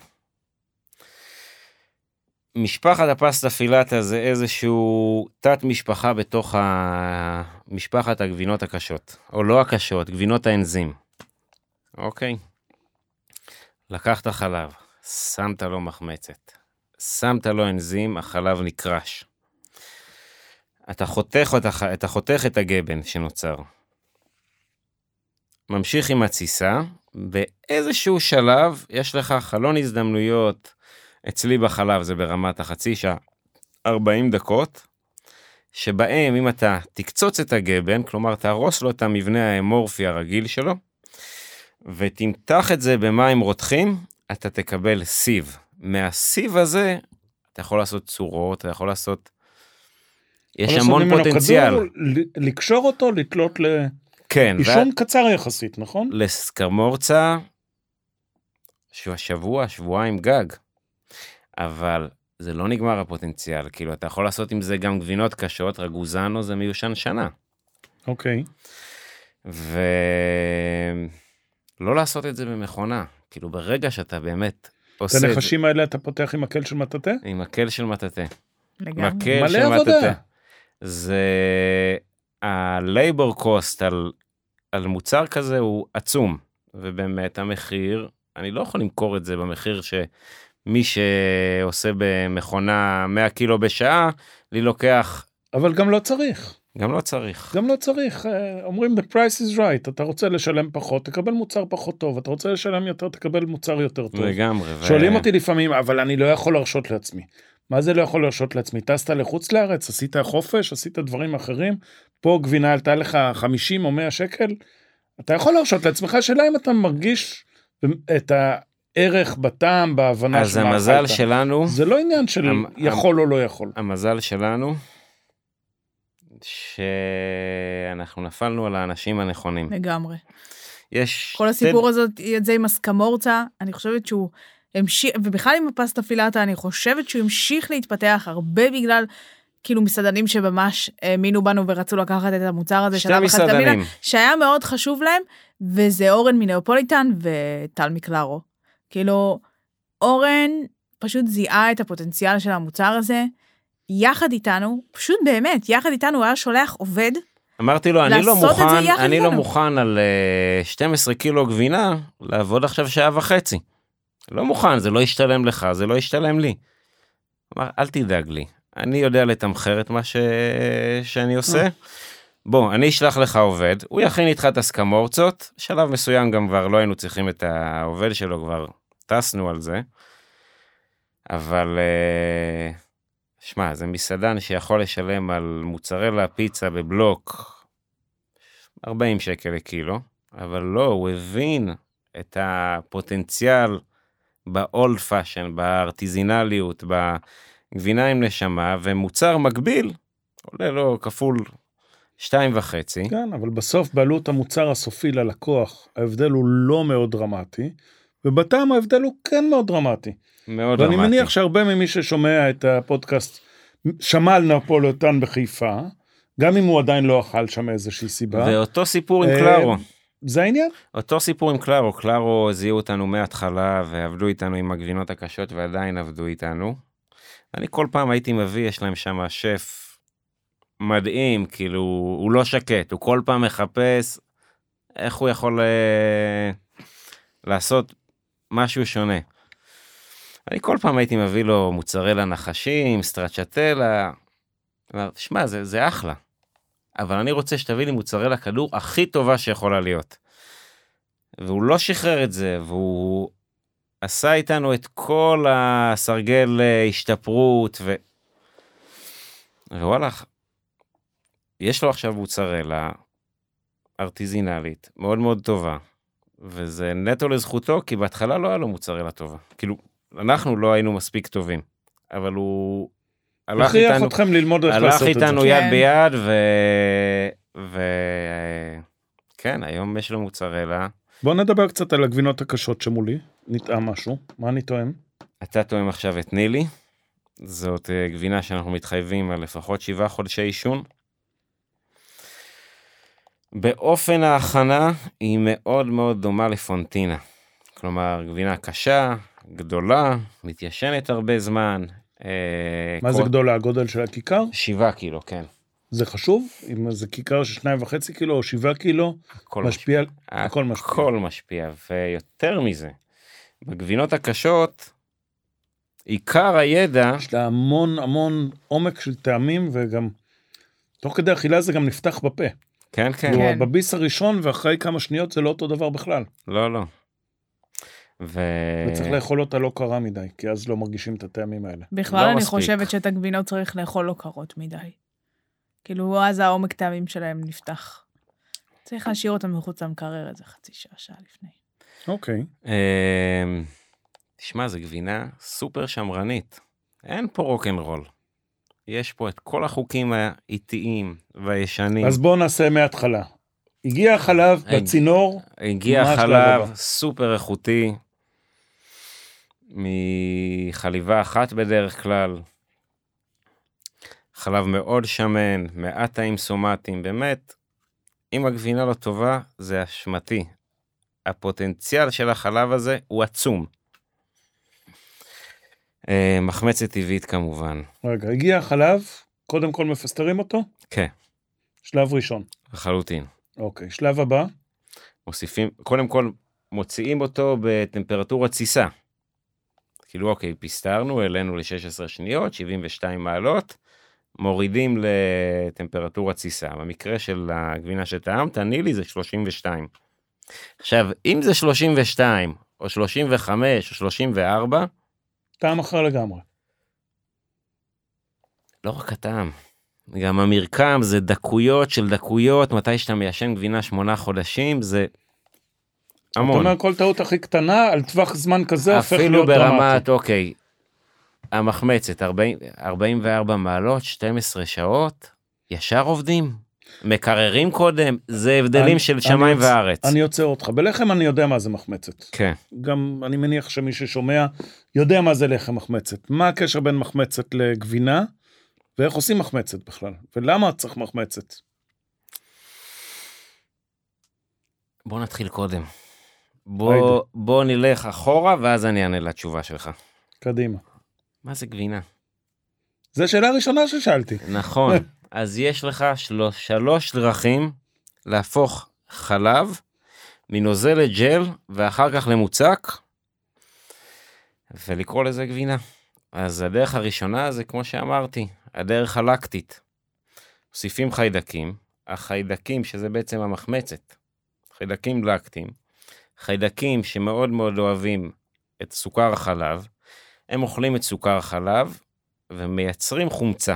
משפחת הפסטה פילטה זה איזשהו תת משפחה בתוך משפחת הגבינות הקשות, או לא הקשות, גבינות האנזים. אוקיי. לקחת חלב, שמת לו מחמצת, שמת לו אנזים, החלב נקרש. אתה חותך, אתה חותך את הגבן שנוצר. ממשיך עם הציסה, באיזשהו שלב יש לך חלון הזדמנויות, אצלי בחלב זה ברמת החצי שעה, ארבעים דקות, שבהם אם אתה תקצוץ את הגבן, כלומר תהרוס לו את המבנה האמורפי הרגיל שלו, ותמתח את זה במים רותחים, אתה תקבל סיב. מהסיב הזה, אתה יכול לעשות צורות, אתה יכול לעשות... יש המון פוטנציאל. כדור, לקשור אותו, לתלות ל... כן. אישון ו... קצר יחסית, נכון? לסקמורצה, שבוע, שבועיים גג. אבל זה לא נגמר הפוטנציאל. כאילו, אתה יכול לעשות עם זה גם גבינות קשות, רגוזנו זה מיושן שנה. אוקיי. ולא לעשות את זה במכונה. כאילו, ברגע שאתה באמת עושה... את הנחשים האלה אתה פותח עם מקל של מטאטה? עם מקל של מטאטה. לגמרי. מקל של מטאטה. זה... ה-labor cost על, על מוצר כזה הוא עצום. ובאמת המחיר, אני לא יכול למכור את זה במחיר שמי שעושה במכונה מאה קילו בשעה, לי לוקח... אבל גם לא צריך. גם לא צריך. גם לא צריך. אומרים, the price is right. אתה רוצה לשלם פחות, תקבל מוצר פחות טוב. אתה רוצה לשלם יותר, תקבל מוצר יותר טוב. לגמרי. שואלים ו... אותי לפעמים, אבל אני לא יכול להרשות לעצמי. מה זה לא יכול להרשות לעצמי? טסת לחוץ לארץ, עשית חופש, עשית דברים אחרים, פה גבינה עלתה לך חמישים או מאה שקל, אתה יכול להרשות לעצמך, שאלה אם אתה מרגיש את הערך בטעם, בהבנה אז המזל שלנו... זה לא עניין של המ... יכול או לא יכול. המזל שלנו, שאנחנו נפלנו על האנשים הנכונים. לגמרי. יש... כל הסיפור הזאת, את זה עם הסקמורצה, אני חושבת שהוא המשיך, ובכלל עם הפסטה פילאטה, אני חושבת שהוא המשיך להתפתח הרבה בגלל, כאילו מסעדנים שממש האמינו בנו ורצו לקחת את המוצר הזה, שתי מסעדנים. שהיה מאוד חשוב להם, וזה אורן מנאופוליטן וטל מקלרו. כאילו, אורן פשוט זיהה את הפוטנציאל של המוצר הזה, יחד איתנו, פשוט באמת, יחד איתנו הוא היה שולח עובד, אמרתי לו, אני לא מוכן, אני לא מוכן על שנים עשר קילו גבינה, לעבוד עכשיו שעה וחצי. לא מוכן, זה לא ישתלם לך, זה לא ישתלם לי. אמר, אל תדאג לי, אני יודע לתמחר את מה ש... שאני עושה. בוא, אני אשלח לך עובד, הוא יכין איתך את הסקמורצות, שלב מסוים גם כבר לא היינו צריכים את העובד שלו, כבר טסנו על זה. אבל... שמע, זה מסעדן שיכול לשלם על מוצרלה פיצה בבלוק ארבעים שקל לקילו, אבל לא, הוא הבין את הפוטנציאל באולד פאשן, בארטיזינליות, בגבינה עם נשמה, ומוצר מקביל, עולה לו כפול שתיים וחצי. כן, אבל בסוף בעלות המוצר הסופי ללקוח, ההבדל הוא לא מאוד דרמטי, ובטעם ההבדל הוא כן מאוד דרמטי. מאוד ואני דרמטי. מניח שהרבה ממי ששומע את הפודקאסט, שמע על נאופוליטן בחיפה, גם אם הוא עדיין לא אכל שם איזושהי סיבה. ואותו סיפור עם קלארו. זה העניין? אותו סיפור עם קלארו. קלארו זיהו אותנו מההתחלה, ועבדו איתנו עם הגבינות הקשות, ועדיין עבדו איתנו. אני כל פעם הייתי מביא, יש להם שם שף מדהים, כאילו, הוא לא שקט, הוא כל פעם מחפש איך הוא יכול אה, לעשות משהו שונה. אני כל פעם הייתי מביא לו מוצרלה נחשים, סטרצ'טלה, תשמע, זה, זה אחלה. אבל אני רוצה שתביא לי מוצרלה כדור הכי טובה שיכולה להיות. והוא לא שחרר את זה, והוא עשה איתנו את כל הסרגל השתפרות, ו... ווואלה, יש לו עכשיו מוצרלה ארטיזינלית, מאוד מאוד טובה, וזה נטו לזכותו, כי בהתחלה לא היה לו מוצרלה טובה. כאילו, אנחנו לא היינו מספיק טובים, אבל הוא הלך איתנו, אתכם ללמוד איך לעשות את זה. הלך איתנו יד ביד, ו... ו... כן, היום יש לו מוצרלה. בוא נדבר קצת על הגבינות הקשות שמולי, נטעם משהו, מה אני טועם? אתה טועם עכשיו את נילי, זאת גבינה שאנחנו מתחייבים על לפחות שבעה חודשי עישון. באופן ההכנה היא מאוד מאוד דומה לפונטינה, כלומר גבינה קשה, גדולה, מתיישנת הרבה זמן. מה זה גדולה? הגודל של הכיכר? שבעה קילו, כן. זה חשוב? אם זה כיכר של שניים וחצי קילו או שבעה קילו, משפיע, הכל משפיע. הכל משפיע, ויותר מזה, בגבינות הקשות, עיקר הידע... יש לה המון המון עומק של טעמים, וגם תוך כדי אכילה זה גם נפתח בפה. כן, כן. כן. בביס הראשון, ואחרי כמה שניות זה לא אותו דבר בכלל. לא, לא. ו... וצריך לאכול אותה לא קרה מדי, כי אז לא מרגישים את הטעמים האלה. בכלל לא אני מספיק. חושבת שאת הגבינות צריך לאכול לא קרות מדי. כאילו, אז העומק טעמים שלהם נפתח. צריך להשאיר אותם מחוץ למקרר איזה חצי שעה, שעה לפני. אוקיי. תשמע, זו גבינה סופר שמרנית. אין פה רוק'נ'רול. יש פה את כל החוקים האיטיים והישנים. אז בואו נעשה מההתחלה. הגיע החלב בצינור. הגיע החלב סופר איכותי, מחליבה אחת בדרך כלל. חלב מאוד שמן, מעט טעים סומטים, באמת, אם הגבינה לא טובה, זה אשמתי. הפוטנציאל של החלב הזה הוא עצום. מחמצת טבעית כמובן. רגע, הגיע החלב, קודם כל מפסטרים אותו? כן. שלב ראשון. לחלוטין. אוקיי, שלב הבא? מוסיפים, קודם כל מוציאים אותו בטמפרטורה תסיסה. כאילו אוקיי, פסטרנו, העלינו ל-שש עשרה שניות, שבעים ושתיים מעלות, מורידים לטמפרטורה תסיסה. במקרה של הגבינה שטעמת, נילי זה שלושים ושתיים. עכשיו, אם זה שלושים ושתיים, או שלושים וחמש, או שלושים וארבע, טעם אחר לגמרי. לא רק הטעם, גם המרקם זה דקויות של דקויות, מתי שאתה מיישן גבינה שמונה חודשים, זה המון. אתה אומר, כל טעות הכי קטנה, על טווח זמן כזה הופך להיות דרמטי. אפילו ברמת, דרמטי. אוקיי, המחמצת, ארבעים, ארבעים וארבע מעלות, שתים עשרה שעות, ישר עובדים. מקררים קודם, זה הבדלים של שמיים וארץ. אני יוצא אותך, בלחם אני יודע מה זה מחמצת. כן. גם אני מניח שמי ששומע יודע מה זה לחם מחמצת. מה הקשר בין מחמצת לגבינה, ואיך עושים מחמצת בכלל? ולמה צריך מחמצת? בוא נתחיל קודם. בוא, בוא נלך אחורה, ואז אני אענה לתשובה שלך. קדימה. מה זה גבינה? זו שאלה הראשונה ששאלתי. נכון. אז יש לך שלוש, שלוש דרכים להפוך חלב מנוזל לג'ל, ואחר כך למוצק, ולקרוא לזה גבינה. אז הדרך הראשונה זה כמו שאמרתי, הדרך הלקטית. מוסיפים חיידקים, החיידקים שזה בעצם המחמצת, חיידקים לקטיים, חיידקים שמאוד מאוד אוהבים את סוכר החלב, הם אוכלים את סוכר החלב ומייצרים חומצה.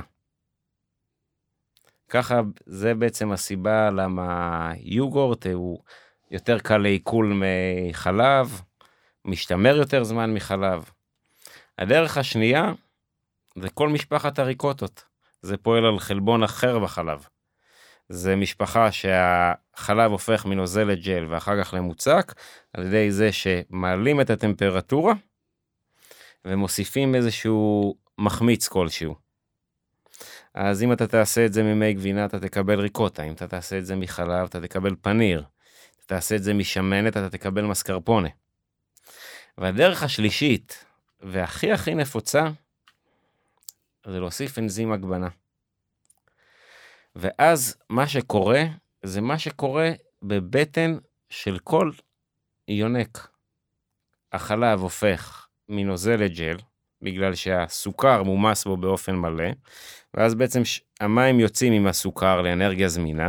ככה זה בעצם הסיבה למה יוגורט הוא יותר קל לעיכול מחלב, משתמר יותר זמן מחלב. הדרך השנייה זה כל משפחת הריקוטות. זה פועל על חלבון אחר בחלב. זה משפחה שהחלב הופך מנוזל לג'ל ואחר כך למוצק, על ידי זה שמעלים את הטמפרטורה, ומוסיפים איזשהו מחמיץ כלשהו. אז אם אתה תעשה את זה ממי גבינה, אתה תקבל ריקוטה. אם אתה תעשה את זה מחלב, אתה תקבל פניר. אם אתה תעשה את זה משמנת, אתה תקבל מסקרפונה. והדרך השלישית, והכי הכי נפוצה, זה להוסיף אנזים הגבנה. ואז מה שקורה, זה מה שקורה בבטן של כל יונק. החלב הופך מנוזל לג'ל, בגלל שהסוכר מומס בו באופן מלא, ואז בעצם המים יוצאים עם הסוכר לאנרגיה זמינה,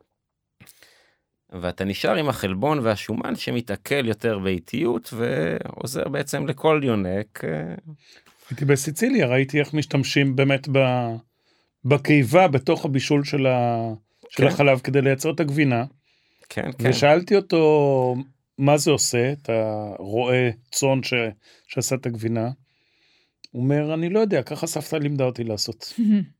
ואתה נשאר עם החלבון והשומן שמתעכל יותר באיטיות, ועוזר בעצם לכל יונק. הייתי בסיציליה, ראיתי איך משתמשים באמת בקיבה, בתוך הבישול של, ה... של כן. החלב, כדי לייצר את הגבינה. כן, כן. ושאלתי אותו, מה זה עושה? אתה רואה צאן ש... שעשה את הגבינה. הוא אומר, אני לא יודע, ככה סבתא לימדה אותי לעשות.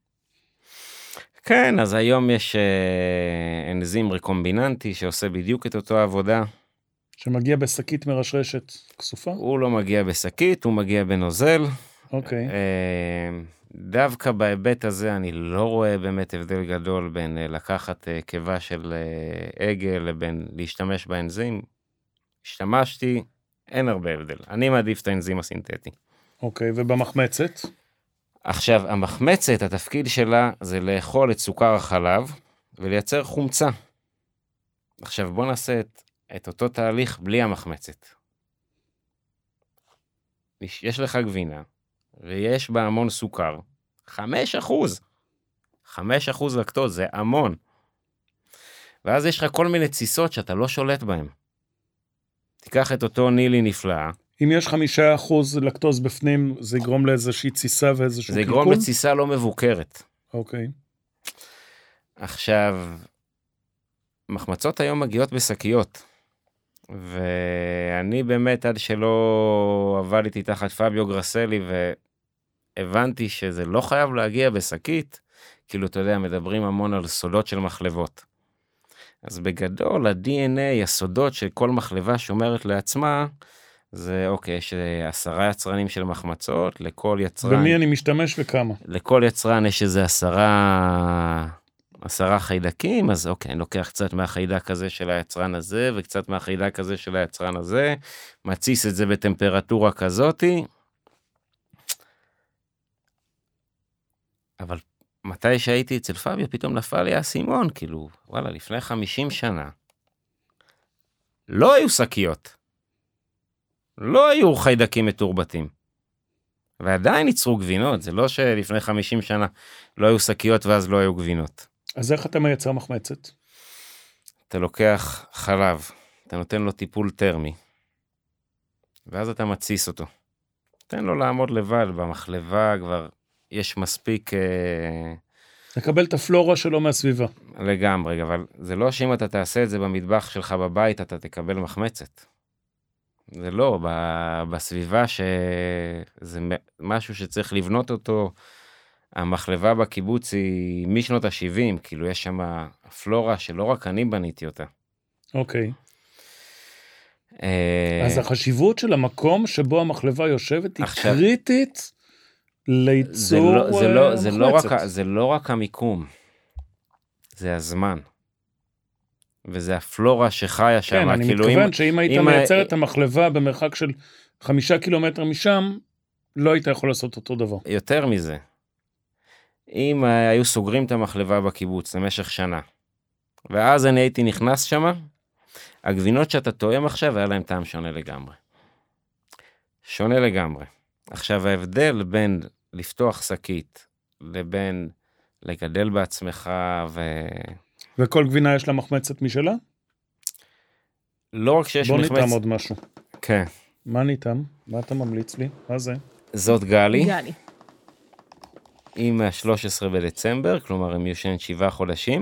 כן, אז היום יש אה, אנזים רקומביננטי שעושה בדיוק את אותו עבודה. שמגיע בשקית מרשרשת כסופה? הוא לא מגיע בשקית, הוא מגיע בנוזל. אוקיי. אה, דווקא בהיבט הזה אני לא רואה באמת הבדל גדול בין אה, לקחת אה, קיבה של אה, עגל לבין להשתמש באנזים. השתמשתי, אין הרבה הבדל. אני מעדיף את האנזים הסינתטי. אוקיי, ובמחמצת? עכשיו, המחמצת, התפקיד שלה זה לאכול את סוכר החלב ולייצר חומצה. עכשיו, בוא נעשה את, את אותו תהליך בלי המחמצת. יש לך גבינה, ויש בה המון סוכר. חמש אחוז. חמש אחוז לקטוז, זה המון. ואז יש לך כל מיני תסיסות שאתה לא שולט בהן. תיקח את אותו נילי נפלאה, אם יש חמישה אחוז לקטוז בפנים, זה יגרום לאיזושהי תסיסה ואיזשהו זה קלקול? יגרום לתסיסה לא מבוקרת. אוקיי. עכשיו, מחמצות היום מגיעות בשקיות, ואני באמת עד שלא עבדתי תחת פביו גרסלי, והבנתי שזה לא חייב להגיע בשקית, כאילו אתה יודע, מדברים המון על סודות של מחלבות. אז בגדול, ה-די אן איי, הסודות של כל מחלבה שומרת לעצמה, זה אוקיי, יש עשרה יצרנים של מחמצות, לכל יצרן... במי אני משתמש וכמה? לכל יצרן יש איזה עשרה, עשרה חיידקים, אז אוקיי, אני לוקח קצת מהחיידק הזה של היצרן הזה, וקצת מהחיידק הזה של היצרן הזה, מציס את זה בטמפרטורה כזאתי, אבל מתי שהייתי אצל פביו, פתאום נפל לי הסימון, כאילו, וואלה, לפני חמישים שנה, לא היו שקיות. לא היו חיידקים מתורבתים. ועדיין ייצרו גבינות, זה לא שלפני חמישים שנה לא היו שקיות ואז לא היו גבינות. אז איך אתה מייצר מחמצת? אתה לוקח חלב, אתה נותן לו טיפול טרמי, ואז אתה מציס אותו. תן לו לעמוד לבד, במחלבה כבר יש מספיק... לקבל את הפלורה שלו מהסביבה. לגמרי, אבל זה לא שאם אתה תעשה את זה במטבח שלך בבית, אתה תקבל מחמצת. זה לא, בסביבה שזה משהו שצריך לבנות אותו, המחלבה בקיבוץ היא משנות ה-שבעים, כאילו יש שם פלורה שלא רק אני בניתי אותה. אוקיי. אז החשיבות של המקום שבו המחלבה יושבת היא עכשיו, קריטית לייצור זה לא, זה לא, זה לא רק, מחמצת. זה לא רק המיקום, זה הזמן. וזה הפלורה שחיה שם. כן, אני כאילו מתכוון אם, שאם היית אם מייצר ה... את המחלבה במרחק של חמישה קילומטר משם, לא היית יכול לעשות אותו דבר. יותר מזה. אם היו סוגרים את המחלבה בקיבוץ למשך שנה, ואז אני הייתי נכנס שם, הגבינות שאתה טועם עכשיו, היה להם טעם שונה לגמרי. שונה לגמרי. עכשיו, ההבדל בין לפתוח שקית, לבין לגדל בעצמך, ו... וכל גבינה יש לה מחמצת משלה? לא רק שיש בוא מחמצת... ניתם עוד משהו. כן. מה ניתם? מה אתה ממליץ לי? מה זה? זאת גלי. גלי. היא מה-שלושה עשר בדצמבר, כלומר, הם יושן שבעה חודשים.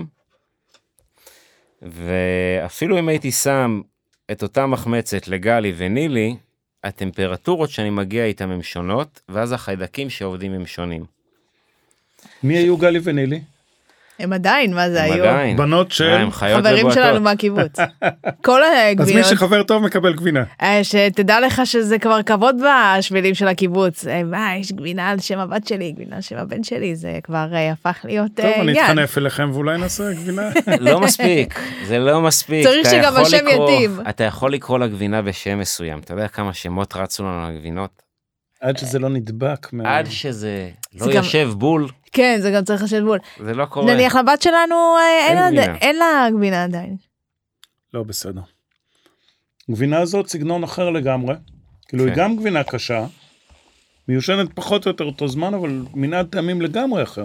ואפילו אם הייתי שם את אותה מחמצת לגלי ונילי, הטמפרטורות שאני מגיע איתם הן שונות, ואז החיידקים שעובדים הם שונים. מי היו גלי ונילי? הם עדיין, מה זה הם היו? עדיין. בנות של... הם חיות חברים ובועטות. שלנו מהקיבוץ. כל אז מי הגבינות, שחבר טוב מקבל גבינה. אה, שתדע לך שזה כבר כבוד בשבילים של הקיבוץ. אה, מה, יש גבינה על שם הבת שלי, גבינה על שם הבן שלי, זה כבר אה, הפך להיות טוב, אה, אני עניין. אתחנף אליכם ואולי נעשה גבינה. לא מספיק, זה לא מספיק. צריך אתה שגם יכול השם לקרוא- יתאים. אתה יכול לקרוא לגבינה בשם מסוים. אתה יודע כמה שמות רצו לנו לגבינות? עד שזה לא נדבק. מה- עד שזה לא זה גם- יושב בול, כן, זה גם צריך לשבת בול. זה לא קורה. נניח לבת שלנו, אה, אין אין לה- גבינה. אין לה גבינה עדיין. לא בסדר. גבינה הזאת סגנון אחר לגמרי. כאילו היא כן. גם גבינה קשה, מיושנת פחות או יותר אותו זמן, אבל מנעד טעמים לגמרי אחר.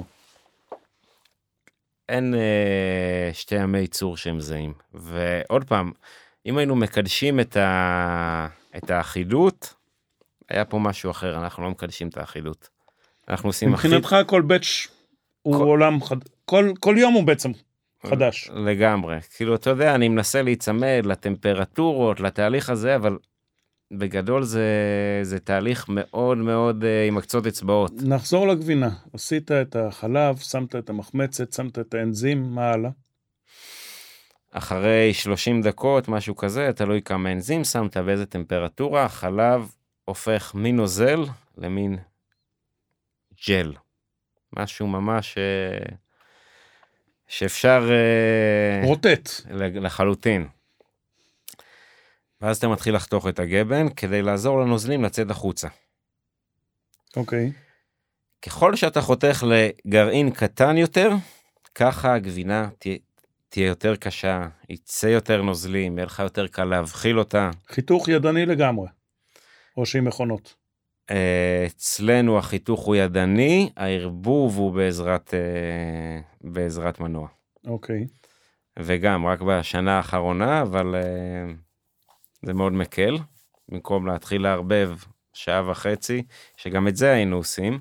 אין אה, שתי ימי ייצור שהם זהים. ועוד פעם, אם היינו מקדשים את, ה... את האחידות, היה פה משהו אחר, אנחנו לא מקדשים את האחידות. אנחנו עושים אחיד מבחינתך כל בץ' הוא כל- עולם חדש. כל, כל יום הוא בעצם חדש. לגמרי. כאילו, אתה יודע, אני מנסה להיצמד לטמפרטורות, לתהליך הזה, אבל בגדול זה, זה תהליך מאוד מאוד אה, עם הקצות אצבעות. נחזור לגבינה. עשית את החלב, שמת את המחמצת, שמת את האנזים, מה הלאה? אחרי שלושים דקות, משהו כזה, תלוי כמה אנזים שמת, באיזה טמפרטורה, החלב הופך מנוזל למין ג'ל. משהו ממש אה, שאפשר אה, רוטט. לחלוטין. ואז אתה מתחיל לחתוך את הגבן כדי לעזור לנוזלים לצאת החוצה. אוקיי. ככל שאתה חותך לגרעין קטן יותר, ככה הגבינה תהיה, תהיה יותר קשה, יצא יותר נוזלים, יהיה לך יותר קל להבחיל אותה. חיתוך ידני לגמרי. או שהיא מכונות. אצלנו החיתוך הוא ידני, הערבוב הוא בעזרת, בעזרת מנוע. אוקיי. וגם רק בשנה האחרונה, אבל זה מאוד מקל, במקום להתחיל להרבב שעה וחצי, שגם את זה היינו עושים.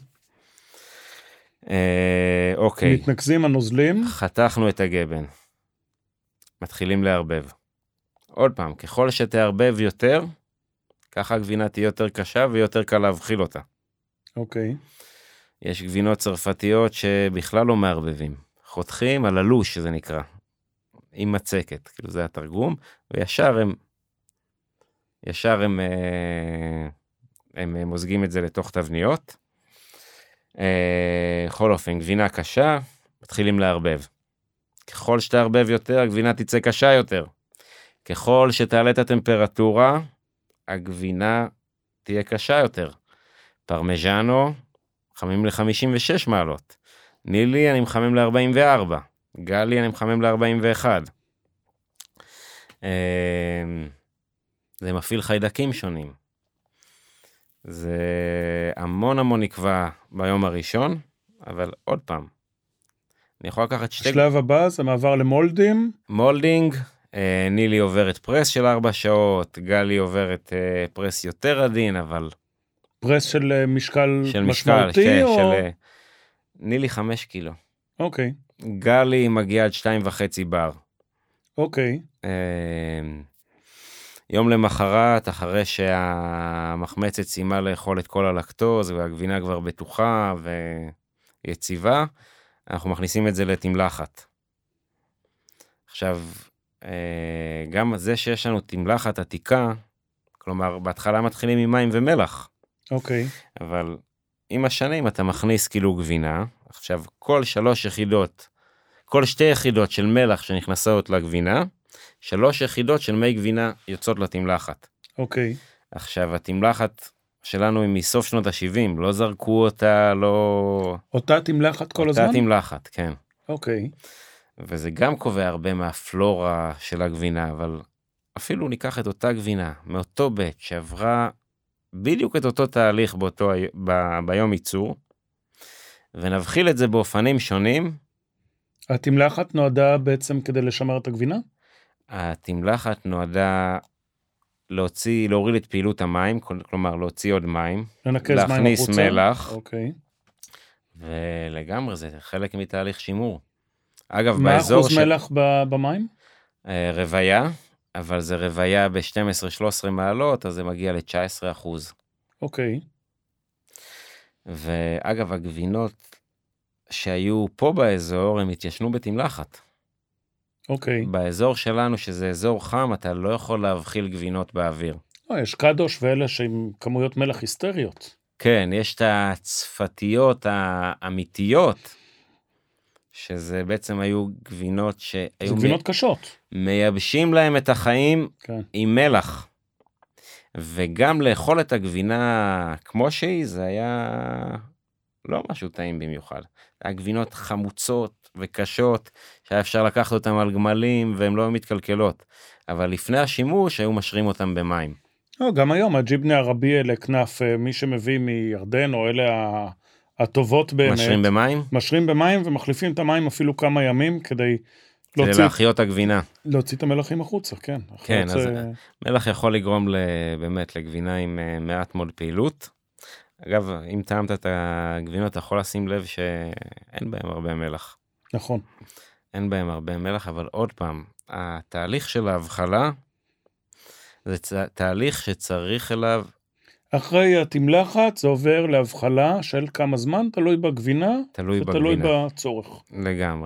אוקיי. מתנקזים הנוזלים. חתכנו את הגבן. מתחילים להרבב. עוד פעם, ככל שתערבב יותר, ככה הגבינה תהיה יותר קשה ויותר קל להבחיל אותה. אוקיי. יש גבינות צרפתיות שבכלל לא מערבבים. חותכים על הלוש, שזה נקרא. עם מצקת, כאילו זה התרגום, וישר הם, ישר הם, הם, הם מוזגים את זה לתוך תבניות. בכל אופן, גבינה קשה, מתחילים להרבב. ככל שתערבב יותר, הגבינה תצא קשה יותר. ככל שתעלה את הטמפרטורה, הגבינה תהיה קשה יותר. פרמיז'אנו, מחמם ל-חמישים ושש מעלות. נילי, אני מחמם ל-ארבעים וארבע. גלי, אני מחמם ל-ארבעים ואחת. זה מפעיל חיידקים שונים. זה המון המון נקבע ביום הראשון, אבל עוד פעם, אני יכול לקחת שתי... השלב הבא זה מעבר למולדים. מולדינג, נילי עוברת פרס של ארבע שעות, גלי עוברת פרס יותר עדין, אבל... פרס של משקל של משמעותי משקל, כן, או... של... נילי חמש קילו. אוקיי. גלי מגיע עד שתיים וחצי בר. אוקיי. יום למחרת, אחרי שהמחמצת סיימה לאכול את כל הלקטוז, והגבינה כבר בטוחה, יציבה, אנחנו מכניסים את זה לתמלחת. עכשיו, גם זה שיש לנו תמלחת עתיקה, כלומר, בהתחלה מתחילים עם מים ומלח. אוקיי. אבל עם השנים אתה מכניס קילו גבינה, עכשיו כל שלוש יחידות, כל שתי יחידות של מלח שנכנסות לגבינה, שלוש יחידות של מי גבינה יוצאות לתמלחת. אוקיי. עכשיו, התמלחת שלנו היא מסוף שנות ה-שבעים, לא זרקו אותה, לא... אותה תמלחת כל הזמן? אותה תמלחת, כן. אוקיי. וזה גם קובע הרבה מהפלורה של הגבינה, אבל אפילו ניקח את אותה גבינה, מאותו בית שעברה בדיוק את אותו תהליך באותו, ב, ביום ייצור, ונבחיל את זה באופנים שונים. התמלחת נועדה בעצם כדי לשמר את הגבינה? התמלחת נועדה להוציא, להוריד את פעילות המים, כלומר להוציא עוד מים, לנקז מים להכניס החוצה? מלח, אוקיי. ולגמרי זה חלק מתהליך שימור. אגב, מה באזור אחוז מלח ב- במים? רוויה, אבל זה רוויה ב-שתים עשרה שלוש עשרה מעלות, אז זה מגיע ל-תשע עשרה אחוז. אוקיי. ואגב, הגבינות שהיו פה באזור, הם התיישנו בתמלחת. אוקיי. באזור שלנו, שזה אזור חם, אתה לא יכול להבחיל גבינות באוויר. או, יש קדוש ואלה שעם כמויות מלח היסטריות. כן, יש את הצפתיות האמיתיות, שזה בעצם היו גבינות שהיו... זה גבינות קשות. מייבשים להם את החיים כן. עם מלח. וגם לאכול את הגבינה כמו שהיא, זה היה לא משהו טעים במיוחד. הגבינות חמוצות וקשות, שהיה אפשר לקחת אותם על גמלים, והן לא מתקלקלות. אבל לפני השימוש, היו משרים אותם במים. לא, גם היום, הג'יבנה הרבי אלה כנף, מי שמביא מירדן, או אלה הטובות באמת. משרים במים? משרים במים, ומחליפים את המים אפילו כמה ימים, כדי... כדי להוציא, להחיות הגבינה. להוציא את המלחים החוצה, כן. כן, אז זה... מלח יכול לגרום באמת לגבינה עם מעט מאוד פעילות. אגב, אם טעמת את הגבינות, אתה יכול לשים לב שאין בהם הרבה מלח. נכון. אין בהם הרבה מלח, אבל עוד פעם, התהליך של ההבחלה, זה תהליך שצריך אליו... אחרי התמלחת, זה עובר להבחלה של כמה זמן, תלוי בגבינה, תלוי ותלוי בגבינה. בצורך. לגמרי.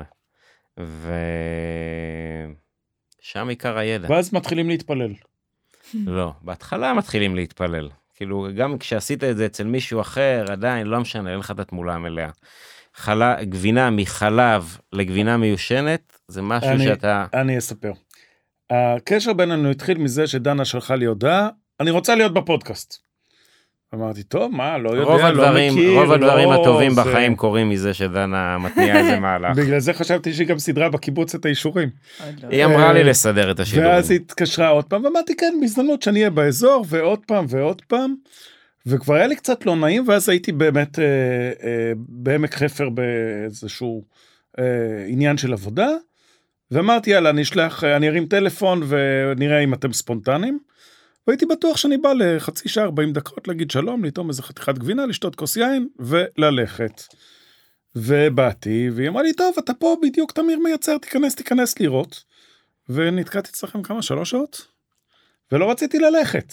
ושם עיקר הידע. ואז מתחילים להתפלל. לא, בהתחלה מתחילים להתפלל. כאילו, גם כשעשית את זה אצל מישהו אחר, עדיין לא משנה, אין לך את התמולה המלאה. חלה, גבינה מחלב לגבינה מיושנת, זה משהו אני, שאתה... אני אספר. הקשר בינינו התחיל מזה שדנה שלחה לי הודעה, אני רוצה להיות בפודקאסט. אמרתי, טוב, מה, לא יודע, רוב הדברים, לא מכיר. רוב הדברים לא, הטובים זה... בחיים קורים מזה שדנה מתניעה איזה מהלך. בגלל זה חשבתי שהיא גם סדרה בקיבוץ את האישורים. היא אמרה לי לסדר את השידורים. ואז היא התקשרה עוד פעם, ואמרתי, כן, בהזדמנות שאני אהיה באזור, ועוד פעם ועוד פעם, וכבר היה לי קצת לא נעים, ואז הייתי באמת אה, אה, בעמק חפר באיזשהו אה, עניין של עבודה, ואמרתי, יאללה, אני אשלח, אני ארים טלפון, ונראה אם אתם ספונטניים, והייתי בטוח שאני בא לחצי שעה, ארבעים דקות, להגיד שלום, לטעום איזה חתיכת גבינה, לשתות כוס יין, וללכת. ובאתי, והיא אמרה לי, טוב, אתה פה בדיוק תמיר מייצר, תיכנס, תיכנס לראות. ונתקעתי אצלכם כמה, שלוש שעות? ולא רציתי ללכת.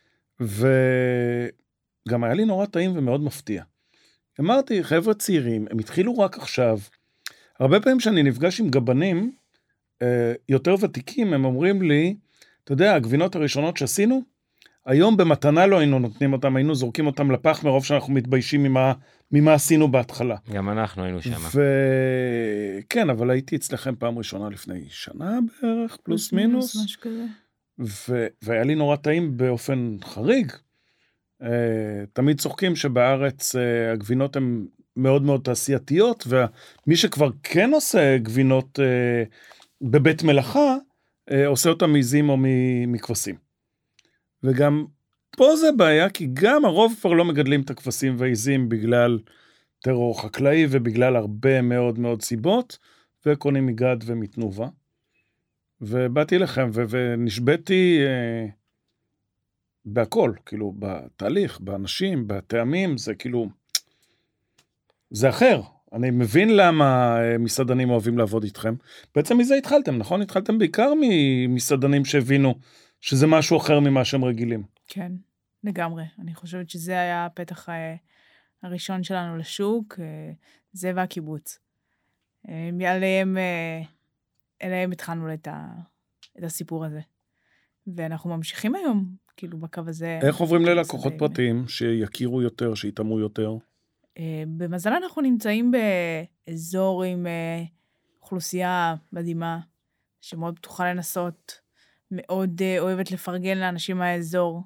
וגם היה לי נורא טעים ומאוד מפתיע. אמרתי, חבר'ה צעירים, הם התחילו רק עכשיו. הרבה פעמים שאני נפגש עם גבנים, יותר ותיקים, הם אומרים לי, אתה יודע, הגבינות הראשונות שעשינו, היום במתנה לא היינו נותנים אותם, היינו זורקים אותם לפח מרוב שאנחנו מתביישים ממה, ממה עשינו בהתחלה. גם אנחנו היינו שם. וכן, אבל הייתי אצלכם פעם ראשונה לפני שנה בערך, פלוס מינוס. משהו כזה. ו... והיה לי נורא טעים באופן חריג. תמיד צוחקים שבארץ הגבינות הן מאוד מאוד תעשייתיות, ומי שכבר כן עושה גבינות בבית מלאכה, עושה אותם מעיזים או מכבשים. וגם פה זה בעיה, כי גם הרוב כבר לא מגדלים את הכבשים והעיזים בגלל טרור חקלאי, ובגלל הרבה מאוד מאוד סיבות, וקונים מגד ומתנובה. ובאתי לכם, ו- ונשבתי אה, בהכל, כאילו, בתהליך, באנשים, בטעמים, זה כאילו, זה אחר. אני מבין למה מסעדנים אוהבים לעבוד איתכם. בעצם מזה התחלתם, נכון? התחלתם בעיקר ממסעדנים שהבינו שזה משהו אחר ממה שהם רגילים. כן, לגמרי. אני חושבת שזה היה הפתח הראשון שלנו לשוק, זה והקיבוץ. עליהם, אליהם התחלנו את, ה, את הסיפור הזה. ואנחנו ממשיכים היום, כאילו בקו הזה. איך עוברים ללקוחות פרטיים שיכירו יותר, שיתאמו יותר? במזל אנחנו נמצאים באזור עם אוכלוסייה מדהימה, שמאוד פתוחה לנסות, מאוד אוהבת לפרגן לאנשים מהאזור,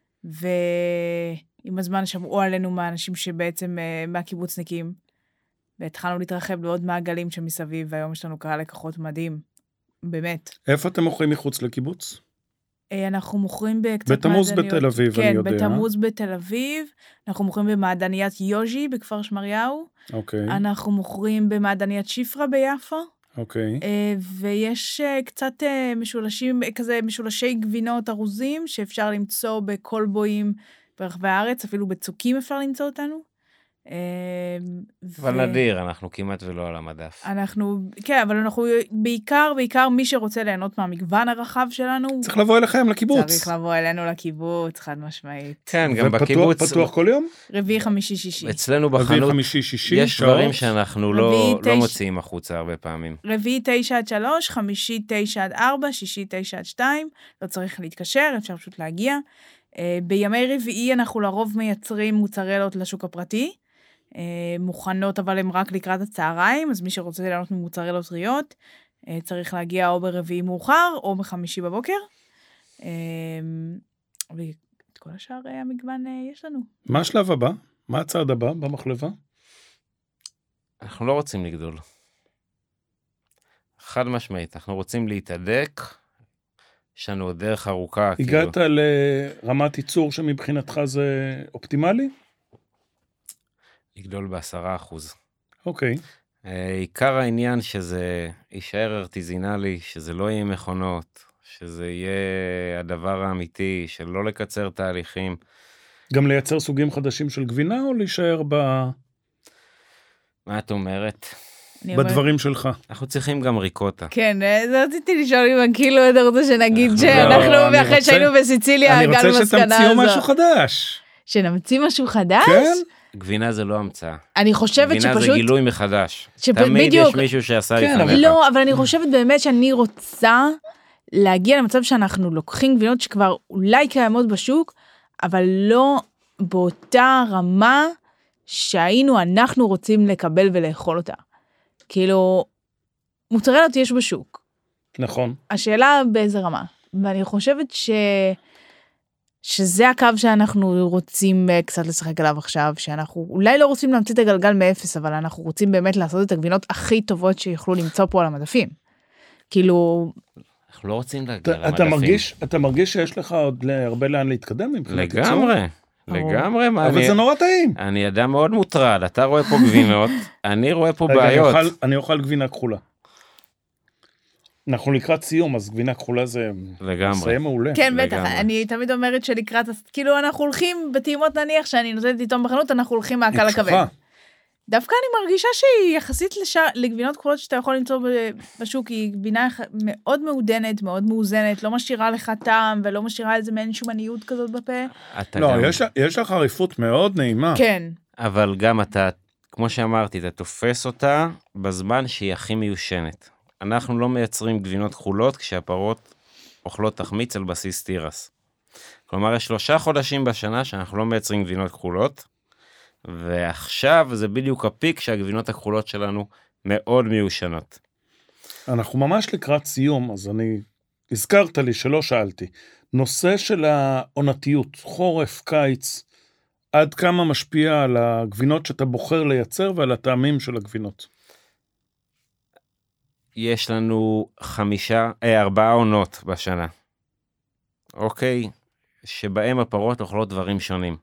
ועם הזמן שמעו עלינו מהאנשים שבעצם מהקיבוצניקים, והתחלנו להתרחב בעוד מעגלים שמסביב, והיום יש לנו קהל לקוחות מדהים, באמת. איפה אתם מוכרים מחוץ לקיבוץ? אנחנו מוכרים בקצת בתמוז בתל אביב, כן, אני יודע. כן, בתמוז בתל אביב, אנחנו מוכרים במעדניית יוז'י בכפר שמריהו, אוקיי. אנחנו מוכרים במעדניית שיפרה ביפו, אוקיי. ויש קצת משולשים, כזה משולשי גבינות ארוזים, שאפשר למצוא בקולבויים ברחבי הארץ, אפילו בצוקים אפשר למצוא אותנו. אבל נדיר, אנחנו כמעט ולא על המדף. אנחנו, כן, אבל אנחנו בעיקר, בעיקר מי שרוצה ליהנות מהמגוון הרחב שלנו. צריך לבוא אליכם לקיבוץ. צריך לבוא אלינו לקיבוץ, חד משמעית. כן, גם בקיבוץ. פתוח כל יום? רביעי, חמישי, שישי. אצלנו בחנות, חמישי, שישי, יש דברים שאנחנו לא מוציאים החוצה הרבה פעמים. רביעי תשע עד שלוש, חמישי תשע עד ארבע, שישי תשע עד שתיים, לא צריך להתקשר, אפשר פשוט להגיע. בימי רביעי אנחנו לרוב מייצרים מוצרלות לשוק הפרטי, מוכנות, אבל הן רק לקראת הצהריים, אז מי שרוצה ליהנות ממוצרלות טריות, צריך להגיע או ברביעי מאוחר, או בחמישי בבוקר. ואת כל השאר המגוון יש לנו. מה השלב הבא? מה הצעד הבא במחלבה? אנחנו לא רוצים לגדול. חד משמעית, אנחנו רוצים להתעדק, יש לנו עוד דרך ארוכה. הגעת כאילו... לרמת ייצור שמבחינתך זה אופטימלי? לגדול בעשרה אחוז. אוקיי. Uh, עיקר העניין שזה יישאר ארטיזינלי, שזה לא יהיה מכונות, שזה יהיה הדבר האמיתי, שלא לקצר תהליכים. גם לייצר סוגים חדשים של גבינה, או להישאר ב... מה את אומרת? בדברים שלך. אנחנו צריכים גם ריקוטה. כן, זה רציתי לשאול אם כאילו אתה רוצה שנגיד שאנחנו, ואחרי שהיינו בסיציליה, הגענו מסקנה הזו. אני רוצה שתמציאו משהו חדש. שנמציא משהו חדש? כן. גבינה זה לא המצאה. אני חושבת שפשוט... גבינה זה גילוי מחדש. תמיד יש מישהו שעשה לפניך. לא, אבל אני חושבת באמת שאני רוצה להגיע למצב שאנחנו לוקחים גבינות שכבר אולי קיימות בשוק, אבל לא באותה רמה שהיינו אנחנו רוצים לקבל ולאכול אותה. כאילו, מוצרלות יש בשוק. נכון. השאלה באיזה רמה. ואני חושבת ש... שזה הקו שאנחנו רוצים קצת לשחק עליו עכשיו, שאנחנו אולי לא רוצים להמציא את הגלגל מאפס, אבל אנחנו רוצים באמת לעשות את הגבינות הכי טובות שיוכלו למצוא פה על המדפים. כאילו... אנחנו לא רוצים להגיע למדפים. אתה מרגיש, אתה מרגיש שיש לך עוד הרבה לאן להתקדם מבחינת ייצור? לגמרי. לגמרי, אבל זה נורא טעים. אני אדם מאוד מוטרד, אתה רואה פה גבינות, אני רואה פה בעיות. אני אוכל גבינה כחולה. אנחנו לקראת סיום, אז גבינה כחולה זה מסיים מעולה. כן, בטח, אני תמיד אומרת שלקראת, כאילו אנחנו הולכים בטעימות נניח, שאני נותנת איתום בחנות, אנחנו הולכים מהקל הכבד. דווקא אני מרגישה שהיא יחסית לגבינות כחולות שאתה יכול למצוא בשוק, היא גבינה מאוד מעודנת, מאוד מאוזנת, לא משאירה לך טעם, ולא משאירה איזה מעין שומניות כזאת בפה. לא, יש לך חריפות מאוד נעימה. כן. אבל גם אתה, כמו שאמרתי, אתה תופס אותה בזמן שהיא הכי מיושנת. אנחנו לא מייצרים גבינות כחולות כשהפרות אוכלות תחמיץ על בסיס תירס. כלומר, יש שלושה חודשים בשנה שאנחנו לא מייצרים גבינות כחולות, ועכשיו זה בדיוק הפיק שהגבינות הכחולות שלנו מאוד מיושנות. אנחנו ממש לקראת סיום, אז אני, הזכרת לי שלא שאלתי, נושא של העונתיות, חורף, קיץ, עד כמה משפיע על הגבינות שאתה בוחר לייצר ועל הטעמים של הגבינות? יש לנו חמישה, אה, ארבעה עונות בשנה. אוקיי? שבהם הפרות אוכלות דברים שונים.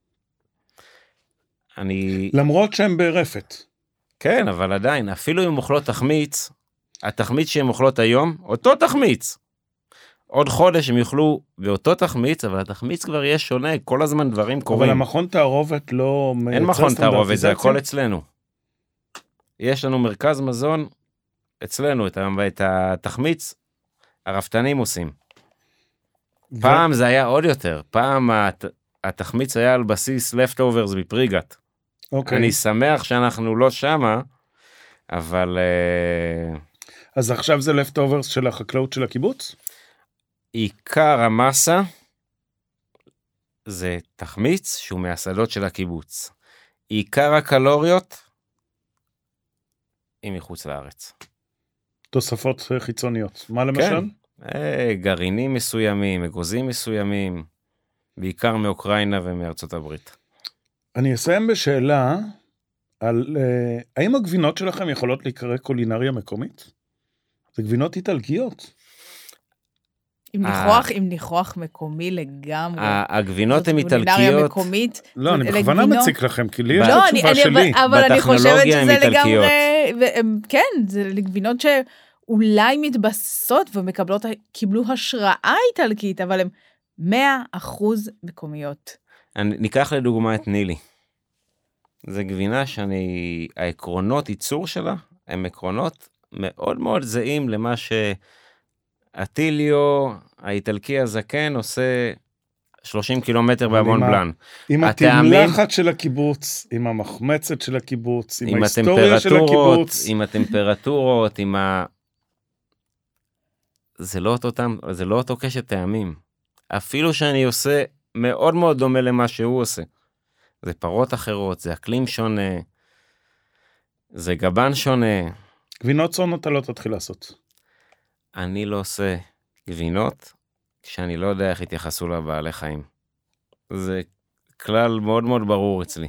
אני... למרות שהן ברפת. כן, אבל עדיין, אפילו אם אוכלות תחמיץ, התחמיץ שהן אוכלות היום, אותו תחמיץ. עוד חודש הם יאכלו באותו תחמיץ, אבל התחמיץ כבר יהיה שונה, כל הזמן דברים קורים. אבל המכון תערובת לא... אין מכון תערובת, זה הכל אצלנו. יש לנו מרכז מזון, אצלנו, את התחמיץ, הרפתנים עושים. פעם זה היה עוד יותר, פעם התחמיץ היה על בסיס leftovers מפריגת. אוקיי. אני שמח שאנחנו לא שמה, אבל... אז עכשיו זה לפטוברס של החקלאות של הקיבוץ? עיקר המסה זה תחמיץ שהוא מהשדות של הקיבוץ. עיקר הקלוריות היא מחוץ לארץ. תוספות חיצוניות. מה למשל? כן. גרעינים מסוימים, אגוזים מסוימים, בעיקר מאוקראינה ומארצות הברית. אני אסיים בשאלה על, האם הגבינות שלכם יכולות להיקרא קולינריה מקומית? זה גבינות איטלקיות. עם ניחוח, עם ניחוח מקומי לגמרי. הגבינות הן איטלקיות. קולינריה מקומית. לא, אני בכוונה מציק לכם, כי לי יש את התשובה שלי. אבל אני חושבת שזה לגמרי, כן, זה לגבינות שאולי מתבססות ומקבלות, קיבלו השראה איטלקית, אבל הן מאה אחוז מקומיות. ניקח לדוגמה את נילי. זה גבינה שאני, העקרונות ייצור שלה, הם עקרונות מאוד מאוד זהים למה שהטיליו, האיטלקי הזקן, עושה שלושים קילומטר בהמון בלן. עם התמלחת של הקיבוץ, עם המחמצת של הקיבוץ, עם ההיסטוריה של הקיבוץ. עם הטמפרטורות, עם ה... זה לא אותו, זה לא אותו קשת טעמים. אפילו שאני עושה מאוד מאוד דומה למה שהוא עושה. זה פרות אחרות, זה אקלים שונה, זה גבן שונה. גבינות צאן אתה לא תתחיל לעשות. אני לא עושה גבינות, כשאני לא יודע איך התייחסו לבעלי חיים. זה כלל מאוד מאוד ברור אצלי.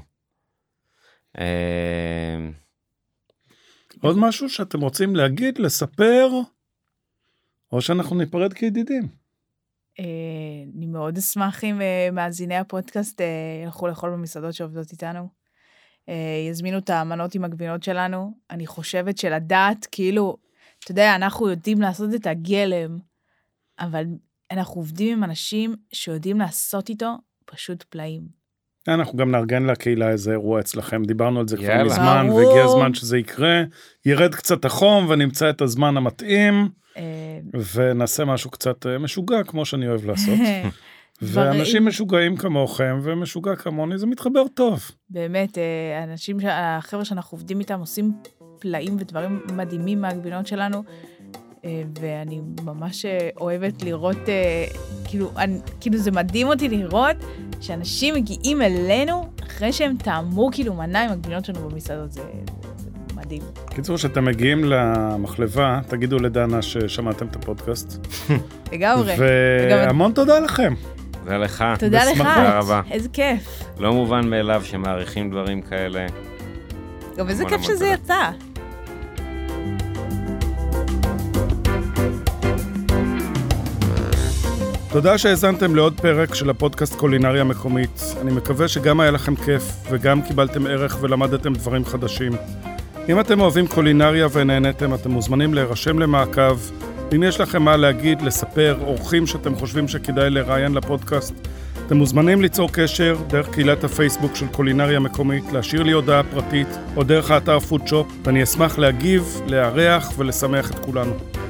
עוד משהו שאתם רוצים להגיד, לספר, או שאנחנו ניפרד כידידים? אני מאוד אשמח אם מאזיני הפודקאסט ילכו לאכול במסעדות שעובדות איתנו. יזמינו את האמנות עם הגבינות שלנו. אני חושבת שלדעת, כאילו, אתה יודע, אנחנו יודעים לעשות את הגלם, אבל אנחנו עובדים עם אנשים שיודעים לעשות איתו פשוט פלאים. אנחנו גם נארגן לקהילה איזה אירוע אצלכם, דיברנו על זה כבר מזמן, והגיע הזמן שזה יקרה, ירד קצת החום ונמצא את הזמן המתאים, ונעשה משהו קצת משוגע, כמו שאני אוהב לעשות. ואנשים משוגעים כמוכם, ומשוגע כמוני, זה מתחבר טוב. באמת, האנשים, החבר'ה שאנחנו עובדים איתם, עושים פלאים ודברים מדהימים מהגבינות שלנו, ואני ממש אוהבת לראות, כאילו, אני, כאילו זה מדהים אותי לראות, שאנשים מגיעים אלינו, אחרי שהם טעמו כאילו מנה עם הגבינות שלנו במסעדות, זה, זה מדהים. קיצור, שאתם מגיעים למחלבה, תגידו לדנה ששמעתם את הפודקאסט. לגמרי. והמון תודה לכם. תודה לך. תודה לך. תודה רבה. איזה כיף. לא מובן מאליו שמעריכים דברים כאלה. גם איזה כיף שזה יצא. תודה שהאזנתם לעוד פרק של הפודקאסט קולינריה מקומית. אני מקווה שגם היה לכם כיף וגם קיבלתם ערך ולמדתם דברים חדשים. אם אתם אוהבים קולינריה ונהנתם, אתם מוזמנים להירשם למעקב. אם יש לכם מה להגיד, לספר, אורחים שאתם חושבים שכדאי לראיין לפודקאסט, אתם מוזמנים ליצור קשר דרך קהילת הפייסבוק של קולינריה מקומית, להשאיר לי הודעה פרטית או דרך האתר פודשופ, ואני אשמח להגיב, לארח ולשמח את כולנו.